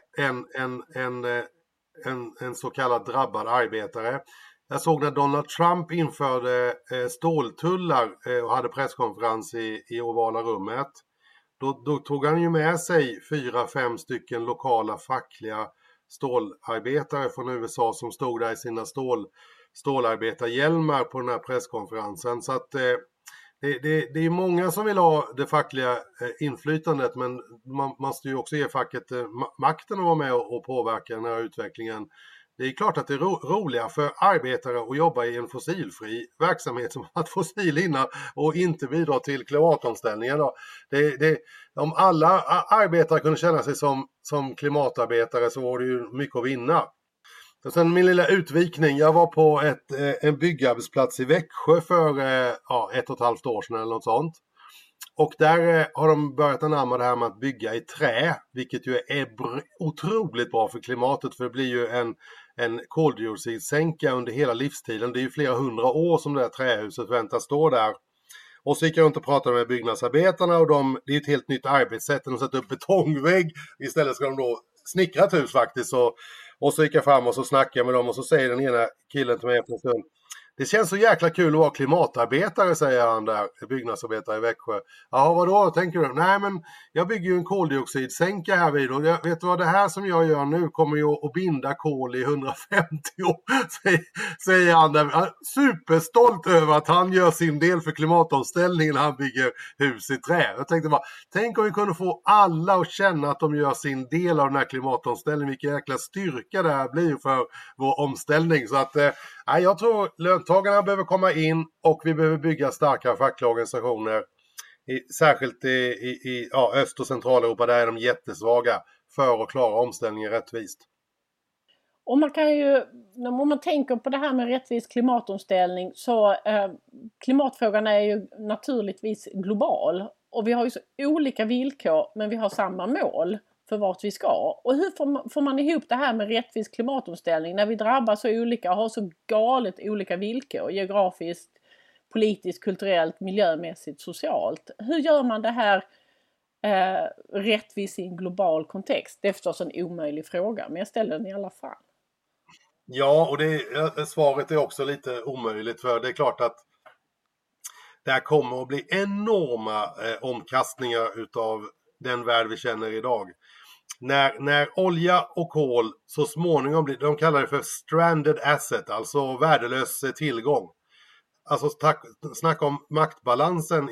en så kallad drabbad arbetare. Jag såg när Donald Trump införde ståltullar och hade presskonferens i ovala rummet. Då tog han ju med sig 4-5 stycken lokala fackliga stålarbetare från USA som stod där i sina stålarbetarhjälmar på den här presskonferensen. Så att det är många som vill ha det fackliga inflytandet, men man måste ju också ge facket makten att vara med och påverka den här utvecklingen. Det är klart att det är roligare för arbetare att jobba i en fossilfri verksamhet som att fossil innan och inte bidra till klimatomställningen. Om alla arbetare kunde känna sig som klimatarbetare så var det ju mycket att vinna. Och sen min lilla utvikning, jag var på en byggarbetsplats i Växjö för 1,5 år sedan eller något sånt. Och där har de börjat anamma det här med att bygga i trä, vilket ju är otroligt bra för klimatet, för det blir ju en koldioxidsänka under hela livstiden. Det är ju flera 100 år som det här trähuset väntas stå där. Och så gick jag runt och pratade med byggnadsarbetarna, och det är ett helt nytt arbetssätt. De sätter upp betongvägg, istället ska de då snickra ett hus faktiskt. Och så gick jag fram och så snackade jag med dem, och så säger den ena killen till mig efter en stund: det känns så jäkla kul att vara klimatarbetare, säger han där, byggnadsarbetare i Växjö. Ja, vadå, tänker du? Nej, men jag bygger ju en koldioxidsänka här vid, och vet du vad, det här som jag gör nu kommer ju att binda kol i 150 år, säger han där. Han är superstolt över att han gör sin del för klimatomställningen när han bygger hus i trä. Jag tänkte bara, tänk om vi kunde få alla att känna att de gör sin del av den här klimatomställningen, vilken jäkla styrka det här blir för vår omställning. Så att jag tror löntagarna behöver komma in, och vi behöver bygga starka fackliga organisationer, särskilt i Öst- och Centraleuropa, där är de jättesvaga, för att klara omställningen rättvist. Och man kan ju, om man tänker på det här med rättvis klimatomställning, så klimatfrågan är ju naturligtvis global, och vi har ju så olika villkor, men vi har samma mål för vart vi ska. Och hur får man ihop det här med rättvis klimatomställning när vi drabbas så olika och har så galet olika villkor, geografiskt, politiskt, kulturellt, miljömässigt, socialt? Hur gör man det här rättvis i en global kontext? Det är förstås en omöjlig fråga, men jag ställer den i alla fall. Ja, och svaret är också lite omöjligt, för det är klart att det här kommer att bli enorma omkastningar utav den värld vi känner idag. När olja och kol så småningom blir, de kallar det för stranded asset, alltså värdelös tillgång. Alltså snacka om maktbalansen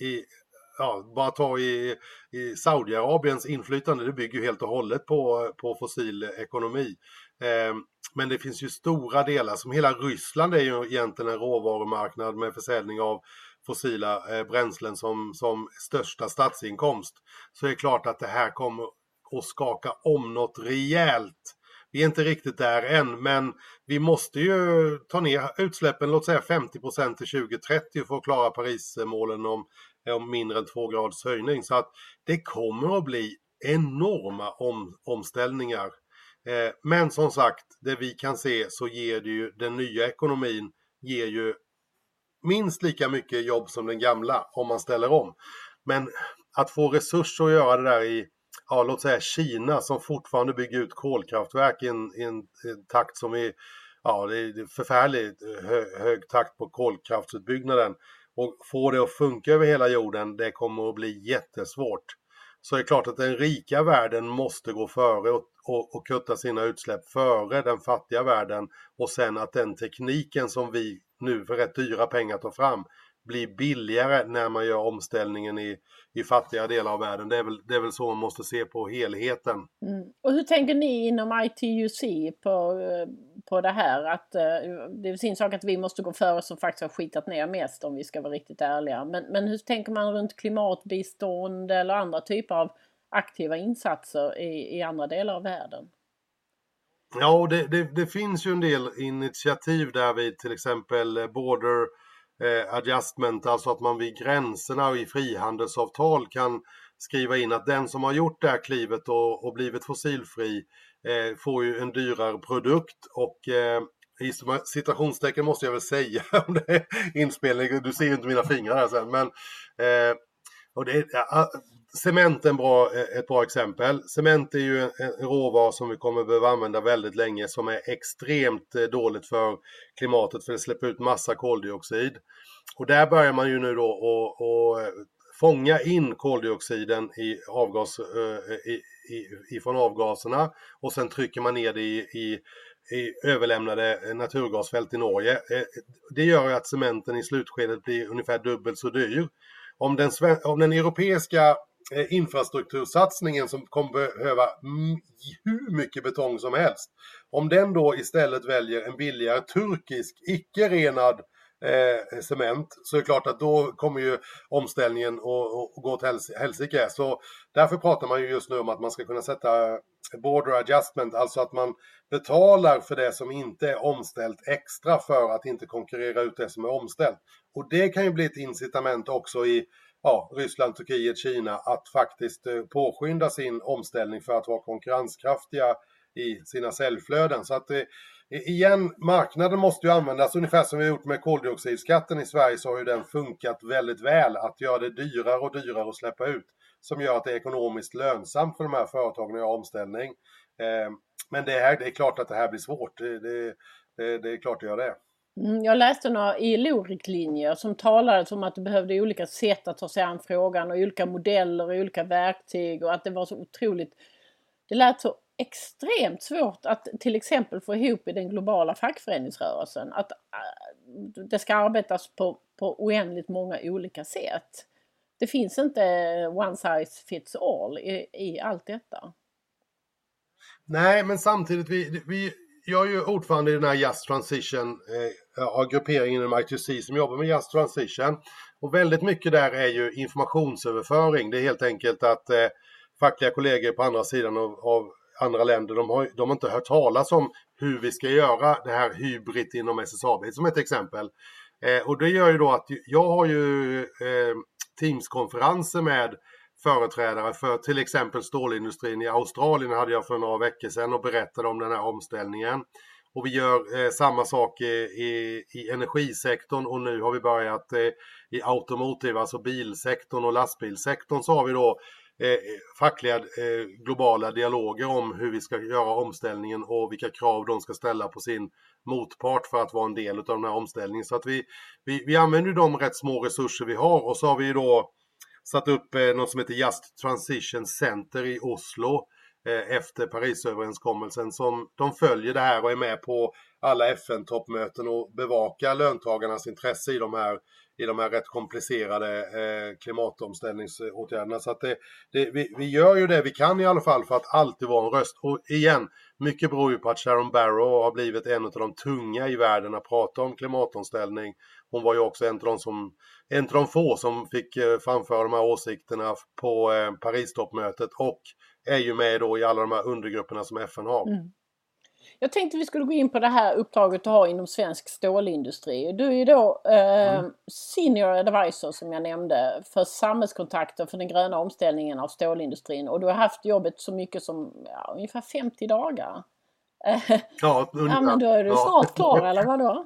bara ta i Saudiarabiens inflytande, det bygger ju helt och hållet på fossil ekonomi. Men det finns ju stora delar, som hela Ryssland är ju egentligen en råvarumarknad med försäljning av fossila bränslen som största statsinkomst. Så är det klart att det här kommer att skaka om något rejält. Vi är inte riktigt där än, men vi måste ju ta ner utsläppen, låt säga 50% till 2030 för att klara Parismålen om mindre än 2 graders höjning. Så att det kommer att bli enorma omställningar. Men som sagt, det vi kan se så ger det ju, den nya ekonomin ger ju minst lika mycket jobb som den gamla om man ställer om. Men att få resurser att göra det där i, låt säga Kina, som fortfarande bygger ut kolkraftverk i en takt som är, det är förfärligt hög takt på kolkraftsutbyggnaden. Och få det att funka över hela jorden, det kommer att bli jättesvårt. Så det är klart att den rika världen måste gå före och kutta sina utsläpp före den fattiga världen. Och sen att den tekniken som vi nu för rätt dyra pengar tar fram blir billigare när man gör omställningen i fattiga delar av världen. Det är väl så man måste se på helheten. Och hur tänker ni inom ITUC på det här? Att det är sin sak att vi måste gå före som faktiskt har skitat ner mest, om vi ska vara riktigt ärliga. Men hur tänker man runt klimatbistånd eller andra typer av aktiva insatser i andra delar av världen? Ja, det finns ju en del initiativ där vid till exempel border adjustment, alltså att man vid gränserna och i frihandelsavtal kan skriva in att den som har gjort det här klivet och blivit fossilfri får ju en dyrare produkt och i citationstecken måste jag väl säga om det är inspelning, du ser ju inte mina fingrar här sen, men och cement är ett bra exempel. Cement är ju en råvara som vi kommer behöva använda väldigt länge, som är extremt dåligt för klimatet för det släpper ut massa koldioxid. Och där börjar man ju nu då att fånga in koldioxiden från avgaserna och sen trycker man ner det i överlämnade naturgasfält i Norge. Det gör ju att cementen i slutskedet blir ungefär dubbelt så dyr. Om den europeiska infrastruktursatsningen som kommer behöva hur mycket betong som helst, om den då istället väljer en billigare turkisk icke-renad cement, så är det klart att då kommer ju omställningen att gå till helsike. Så därför pratar man ju just nu om att man ska kunna sätta border adjustment, alltså att man betalar för det som inte är omställt extra för att inte konkurrera ut det som är omställt. Och det kan ju bli ett incitament också i Ryssland, Turkiet, Kina att faktiskt påskynda sin omställning för att vara konkurrenskraftiga i sina säljflöden. Så att igen, marknaden måste ju användas ungefär som vi har gjort med koldioxidskatten i Sverige, så har ju den funkat väldigt väl att göra det dyrare och dyrare att släppa ut, som gör att det är ekonomiskt lönsamt för de här företagen att göra omställning. Men det är klart att det här blir svårt, det är klart att göra det. Jag läste några ILO-riktlinjer som talade om att det behövde olika sätt att ta sig an frågan och olika modeller och olika verktyg, och att det var så otroligt, det lät så extremt svårt att till exempel få ihop i den globala fackföreningsrörelsen att det ska arbetas på oändligt många olika sätt. Det finns inte one size fits all i allt detta. Nej, men samtidigt jag är ju ordförande i den här Just Transition grupperingen inom ITUC som jobbar med Just Transition, och väldigt mycket där är ju informationsöverföring. Det är helt enkelt att fackliga kollegor på andra sidan av andra länder, de har inte hört talas om hur vi ska göra det här hybrid inom SSAB som ett exempel. Och det gör ju då att jag har ju Teams-konferenser med företrädare för till exempel stålindustrin i Australien hade jag för några veckor sedan och berättade om den här omställningen. Och vi gör samma sak i energisektorn, och nu har vi börjat i automotive, alltså bilsektorn och lastbilsektorn, så har vi då fackliga globala dialoger om hur vi ska göra omställningen och vilka krav de ska ställa på sin motpart för att vara en del av den här omställningen. Så att vi använder de rätt små resurser vi har, och så har vi då satt upp något som heter Just Transition Center i Oslo efter Parisöverenskommelsen, som de följer det här och är med på alla FN-toppmöten och bevakar löntagarnas intresse i de här rätt komplicerade klimatomställningsåtgärderna. Så att vi gör ju det vi kan i alla fall för att alltid vara en röst. Och igen, mycket beror ju på att Sharon Barrow har blivit en av de tunga i världen att prata om klimatomställning. Hon var ju också en av de få som fick framföra de här åsikterna på Paris-toppmötet, och är ju med då i alla de här undergrupperna som FN har. Jag tänkte vi skulle gå in på det här uppdraget du har inom svensk stålindustri. Du är ju då senior advisor, som jag nämnde, för samhällskontakter för den gröna omställningen av stålindustrin. Och du har haft jobbet så mycket som ungefär 50 dagar. Ja, men då är du snart klar, eller vadå?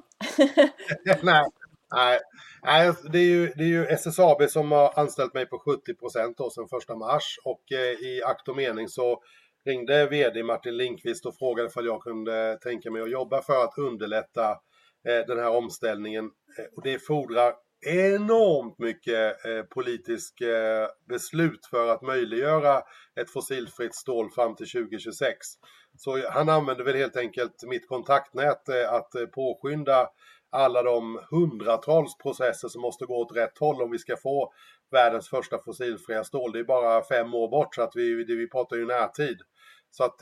Nej, det är ju SSAB som har anställt mig på 70% då sedan 1 mars, och i akt och mening så ringde vd Martin Lindqvist och frågade om jag kunde tänka mig att jobba för att underlätta den här omställningen. Och det fordrar enormt mycket politisk beslut för att möjliggöra ett fossilfritt stål fram till 2026. Så han använder väl helt enkelt mitt kontaktnät att påskynda alla de hundratals processer som måste gå åt rätt håll om vi ska få världens första fossilfria stål. Det är bara 5 år bort, så att vi pratar ju närtid. Så att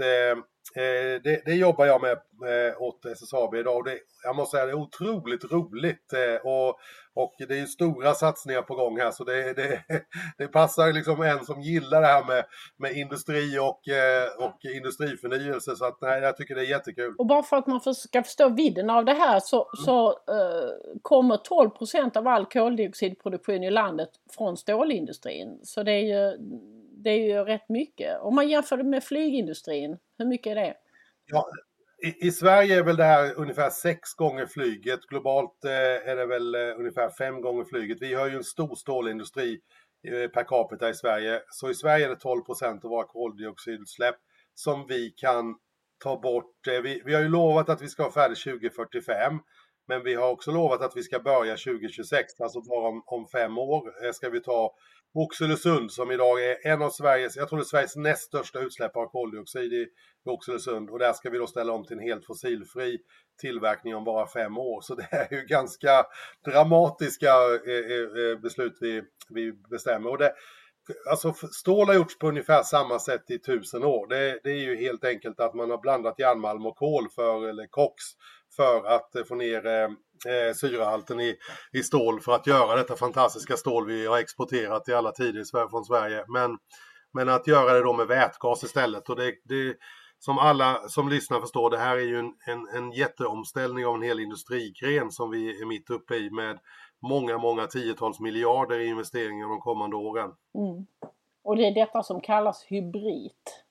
det jobbar jag med åt SSAB idag. Jag måste säga det är otroligt roligt och det är stora satsningar på gång här, så det passar liksom en som gillar det här med industri och industriförnyelse, så att nej, jag tycker det är jättekul. Och bara för att man ska förstå vidden av det här så kommer 12% av all koldioxidproduktion i landet från stålindustrin. Så det är ju rätt mycket. Om man jämför det med flygindustrin, hur mycket är det? Ja, i Sverige är väl det här ungefär 6 gånger flyget. Globalt är det väl ungefär 5 gånger flyget. Vi har ju en stor stålindustri per capita i Sverige. Så i Sverige är det 12% av våra koldioxidutsläpp som vi kan ta bort. Vi har ju lovat att vi ska vara färdiga 2045. Men vi har också lovat att vi ska börja 2026. Alltså bara om 5 år ska vi ta Oxelösund, som idag är en av Sveriges näst största utsläpp av koldioxid i Oxelösund. Och där ska vi då ställa om till en helt fossilfri tillverkning om bara 5 år. Så det är ju ganska dramatiska beslut vi bestämmer. Och alltså stål har gjorts på ungefär samma sätt i 1000 år. Det är ju helt enkelt att man har blandat järnmalm och kol eller koks för att få ner syrehalten i stål för att göra detta fantastiska stål vi har exporterat i alla tider från Sverige. Men att göra det då med vätgas istället. Och det som alla som lyssnar förstår, det här är ju en jätteomställning av en hel industrigren som vi är mitt uppe i, med många tiotals miljarder i investeringar de kommande åren. Mm. Och det är detta som kallas hybrid.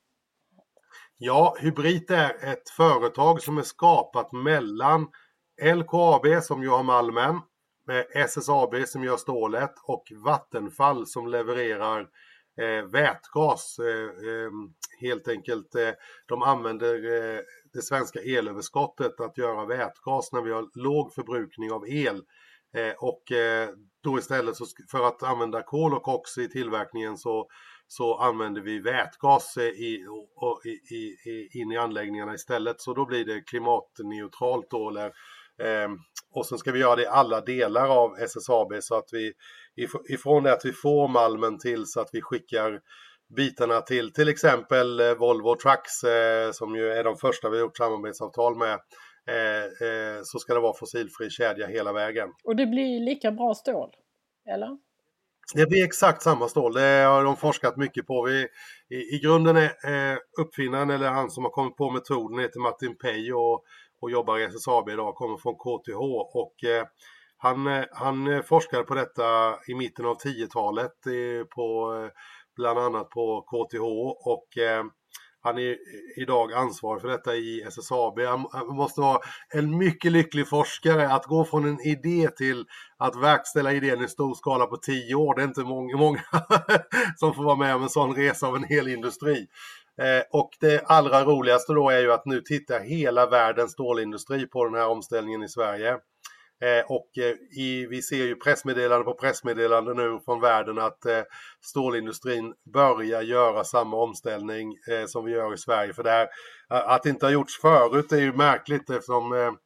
Ja, Hybrid är ett företag som är skapat mellan LKAB som gör malmen, SSAB som gör stålet och Vattenfall som levererar vätgas. Helt enkelt, de använder det svenska elöverskottet att göra vätgas när vi har låg förbrukning av el. Och då istället för att använda kol och koks i tillverkningen så använder vi vätgas in i anläggningarna istället. Så då blir det klimatneutralt då. Och sen ska vi göra det i alla delar av SSAB, så att vi ifrån det att vi får malmen till så att vi skickar bitarna till exempel Volvo Trucks som ju är de första vi har gjort samarbetsavtal med, så ska det vara fossilfri kedja hela vägen. Och det blir lika bra stål, eller? Det blir exakt samma stål. Det har de forskat mycket på. I grunden är uppfinnaren, eller han som har kommit på metoden, heter Martin Pej och jobbar i SSAB idag, kommer från KTH. Och han forskade på detta i mitten av 10-talet bland annat på KTH. Och han är idag ansvarig för detta i SSAB. Han måste vara en mycket lycklig forskare att gå från en idé till att verkställa idén i stor skala på 10 år. Det är inte många som får vara med om en sån resa av en hel industri. Och det allra roligaste då är ju att nu tittar hela världens stålindustri på den här omställningen i Sverige. Och vi ser ju pressmeddelande på pressmeddelande nu från världen att stålindustrin börjar göra samma omställning som vi gör i Sverige. För det här, att det inte har gjorts förut är ju märkligt, eftersom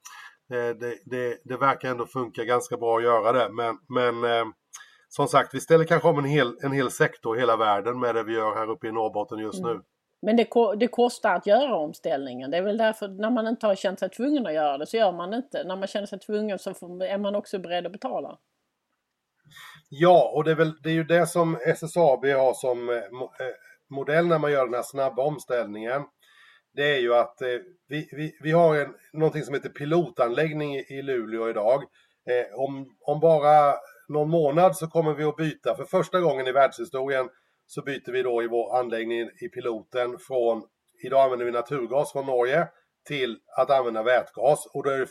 det verkar ändå funka ganska bra att göra det. Men som sagt, vi ställer kanske om en hel sektor i hela världen med det vi gör här uppe i Norrbotten just nu. Men det kostar att göra omställningen. Det är väl därför, när man inte har känt sig tvungen att göra det, så gör man inte. När man känner sig tvungen så är man också beredd att betala. Ja, och det är ju det som SSAB har som modell när man gör den här snabba omställningen. Det är ju att vi har någonting som heter pilotanläggning i Luleå idag. Om bara någon månad så kommer vi att byta för första gången i världshistorien. Så byter vi då i vår anläggning i piloten idag använder vi naturgas från Norge till att använda vätgas. Och då är det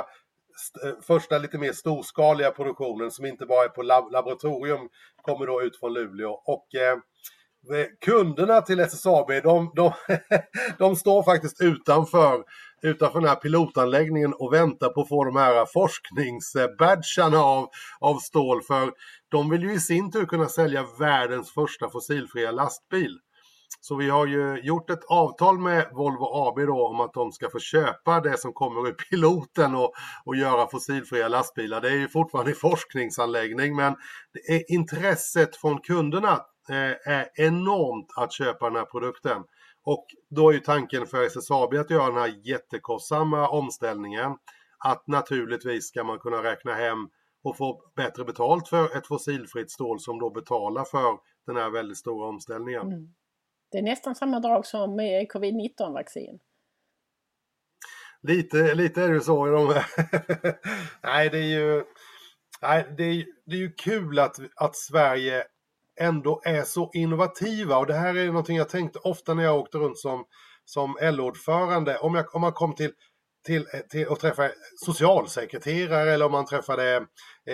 första lite mer storskaliga produktionen som inte bara är på laboratorium, kommer då ut från Luleå. Och kunderna till SSAB, de står faktiskt utanför utanför den här pilotanläggningen och väntar på att få de här forskningsbadgarna av stål, för de vill ju i sin tur kunna sälja världens första fossilfria lastbil. Så vi har ju gjort ett avtal med Volvo AB då om att de ska få köpa det som kommer ur piloten och göra fossilfria lastbilar. Det är ju fortfarande en forskningsanläggning, men intresset från kunderna är enormt att köpa den här produkten. Och då är ju tanken för SSAB att göra den här jättekostsamma omställningen, att naturligtvis ska man kunna räkna hem och få bättre betalt för ett fossilfritt stål som då betalar för den här väldigt stora omställningen. Det är nästan samma drag som med covid-19-vaccin. Lite är det så i de här. Nej, det är ju kul att Sverige ändå är så innovativa, och det här är någonting jag tänkte ofta när jag åkte runt som LO-ordförande. Om man kom till att träffa socialsekreterare, eller om man träffade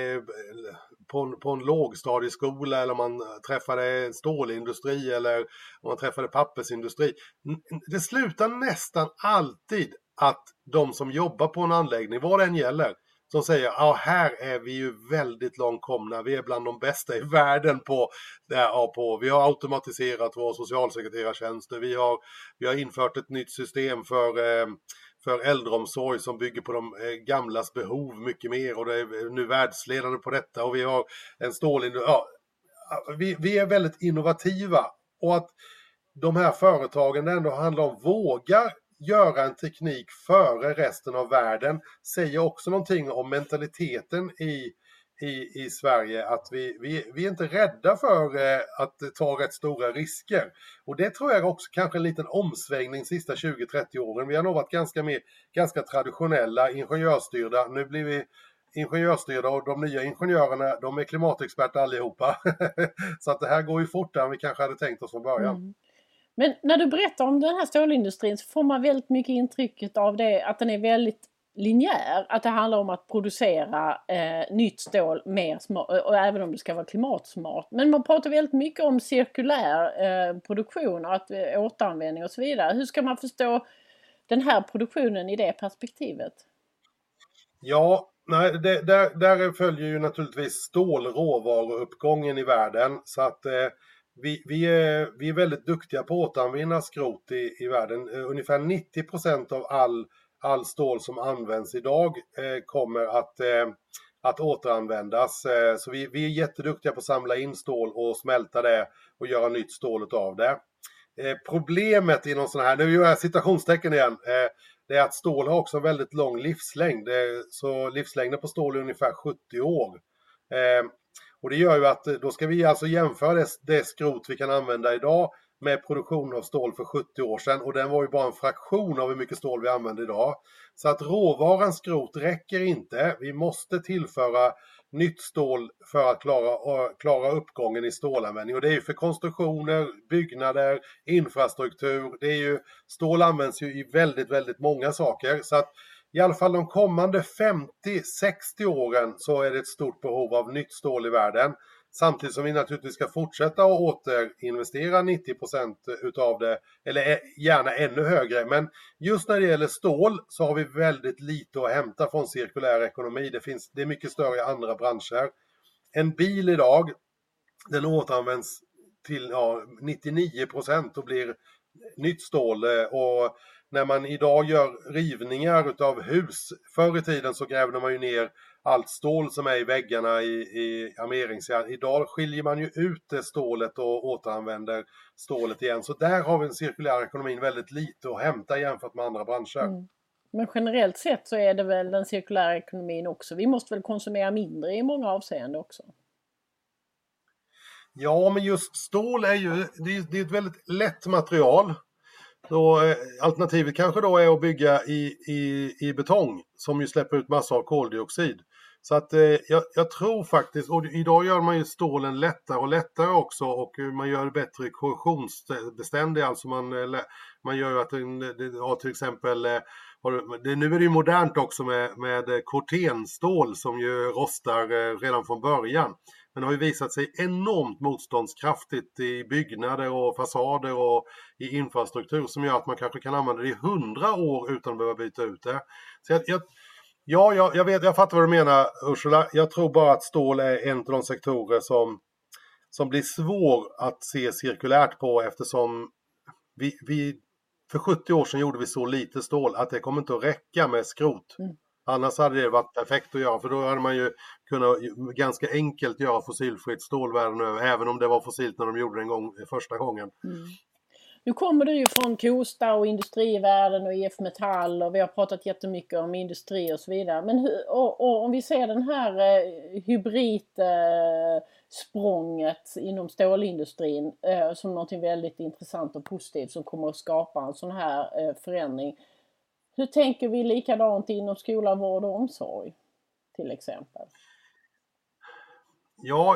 på en lågstadieskola, eller om man träffade stålindustri, eller om man träffade pappersindustri. Det slutar nästan alltid att de som jobbar på en anläggning, vad det än gäller, som säger, ja, här är vi ju väldigt långt komna, vi är bland de bästa i världen vi har automatiserat våra socialsekreterartjänster, vi har infört ett nytt system för äldreomsorg som bygger på de gamlas behov mycket mer, och det är nu världsledande på detta, och vi har en stålindustri. Ja, vi är väldigt innovativa, och att de här företagen, det ändå handlar om, vågar göra en teknik före resten av världen, säger också någonting om mentaliteten i Sverige, att vi är inte rädda för att ta rätt stora risker. Och det tror jag också kanske en liten omsvängning de sista 20-30 åren. Vi har nog varit ganska traditionella, ingenjörsstyrda. Nu blir vi ingenjörsstyrda, och de nya ingenjörerna, de är klimatexperter allihopa. Så att det här går ju fortare än vi kanske hade tänkt oss från början. Men när du berättar om den här stålindustrin så får man väldigt mycket intrycket av det, att den är väldigt linjär. Att det handlar om att producera nytt stål mer smart, och även om det ska vara klimatsmart. Men man pratar väldigt mycket om cirkulär produktion och återanvändning och så vidare. Hur ska man förstå den här produktionen i det perspektivet? Ja, nej, där följer ju naturligtvis stålråvaruuppgången i världen, så att vi är väldigt duktiga på att återanvända skrot i världen. Ungefär 90% av all stål som används idag kommer att återanvändas. Så vi är jätteduktiga på att samla in stål och smälta det och göra nytt stål av det. Problemet i någon sån här, nu gör jag citationstecken igen, det är att stål har också en väldigt lång livslängd. Så livslängden på stål är ungefär 70 år. Och det gör ju att då ska vi alltså jämföra det skrot vi kan använda idag med produktion av stål för 70 år sedan. Och den var ju bara en fraktion av hur mycket stål vi använder idag. Så att råvaran skrot räcker inte. Vi måste tillföra nytt stål för att klara uppgången i stålanvändning. Och det är ju för konstruktioner, byggnader, infrastruktur. Stål används ju i väldigt, väldigt många saker. Så att i alla fall de kommande 50-60 åren så är det ett stort behov av nytt stål i världen. Samtidigt som vi naturligtvis ska fortsätta att återinvestera 90% utav det, eller gärna ännu högre. Men just när det gäller stål så har vi väldigt lite att hämta från cirkulär ekonomi. Det är mycket större i andra branscher. En bil idag, den återanvänds till 99% och blir nytt stål. Och när man idag gör rivningar utav hus, förr i tiden så grävde man ju ner allt stål som är i väggarna i armeringsjärn. Idag skiljer man ju ut det stålet och återanvänder stålet igen. Så där har vi en cirkulär ekonomin väldigt lite att hämta jämfört med andra branscher. Men generellt sett så är det väl den cirkulära ekonomin också. Vi måste väl konsumera mindre i många avseenden också. Ja, men just stål är ju det är ett väldigt lätt material. Så alternativet kanske då är att bygga i betong som ju släpper ut massor av koldioxid. Så att jag tror faktiskt, och idag gör man ju stålen lättare och lättare också, och man gör det bättre korrosionsbeständig. Alltså man gör ju att det har till exempel, nu är det ju modernt också med kortenstål som ju rostar redan från början. men har ju visat sig enormt motståndskraftigt i byggnader och fasader och i infrastruktur som gör att man kanske kan använda det i 100 år utan att behöva byta ut det. Så jag fattar vad du menar, Ursula. Jag tror bara att stål är en av de sektorer som blir svår att se cirkulärt på, eftersom vi för 70 år sedan gjorde vi så lite stål att det kommer inte att räcka med skrot. Annars hade det varit perfekt att göra, för då hade man ju kunnat ganska enkelt göra fossilfritt stål världen över, även om det var fossilt när de gjorde det första gången. Nu kommer du ju från Kosta och industrivärlden och IF Metall, och vi har pratat jättemycket om industri och så vidare. Men om vi ser den här hybridsprånget inom stålindustrin som något väldigt intressant och positivt som kommer att skapa en sån här förändring. Hur tänker vi likadant inom skola, vård och omsorg till exempel? Ja,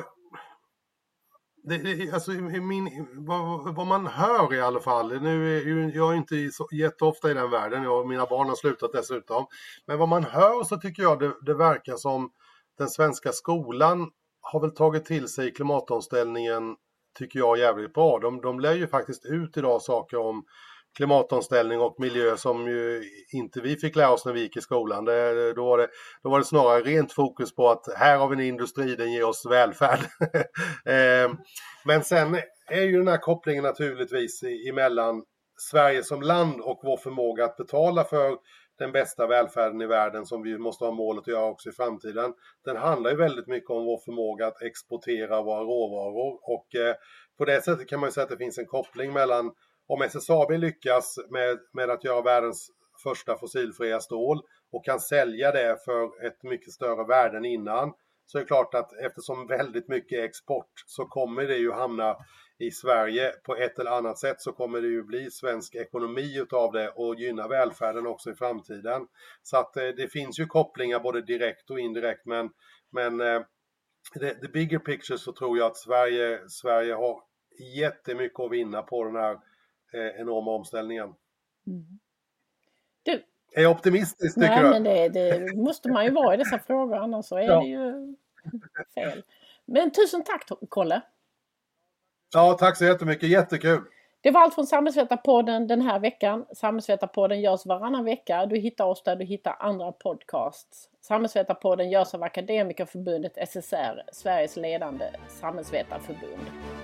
alltså vad man hör i alla fall, nu är jag inte så jätteofta i den världen, jag och mina barn har slutat dessutom, men vad man hör så tycker jag det verkar som den svenska skolan har väl tagit till sig klimatomställningen, tycker jag, jävligt bra. De lär ju faktiskt ut idag saker om klimatomställning och miljö som ju inte vi fick lära oss när vi gick i skolan. Då var det snarare rent fokus på att här har vi en industri, den ger oss välfärd. Men sen är ju den här kopplingen naturligtvis emellan Sverige som land och vår förmåga att betala för den bästa välfärden i världen, som vi måste ha målet att göra också i framtiden. Den handlar ju väldigt mycket om vår förmåga att exportera våra råvaror, och på det sättet kan man ju säga att det finns en koppling mellan, om SSAB lyckas med att göra världens första fossilfria stål och kan sälja det för ett mycket större värde än innan, så är det klart att eftersom väldigt mycket är export så kommer det ju hamna i Sverige på ett eller annat sätt, så kommer det ju bli svensk ekonomi utav det och gynna välfärden också i framtiden. Så att det finns ju kopplingar både direkt och indirekt, men the bigger picture så tror jag att Sverige har jättemycket att vinna på den här enorma omställningen. Är jag optimistisk, tycker du? Nej, men det måste man ju vara i dessa frågor, annars så är det ju fel. Men tusen tack, Kolle. Ja, tack så jättemycket. Jättekul. Det var allt från Samhällsvetarpodden den här veckan. Samhällsvetarpodden görs varannan vecka. Du hittar oss där du hittar andra podcasts. Samhällsvetarpodden görs av Akademikerförbundet SSR, Sveriges ledande samhällsvetarförbund.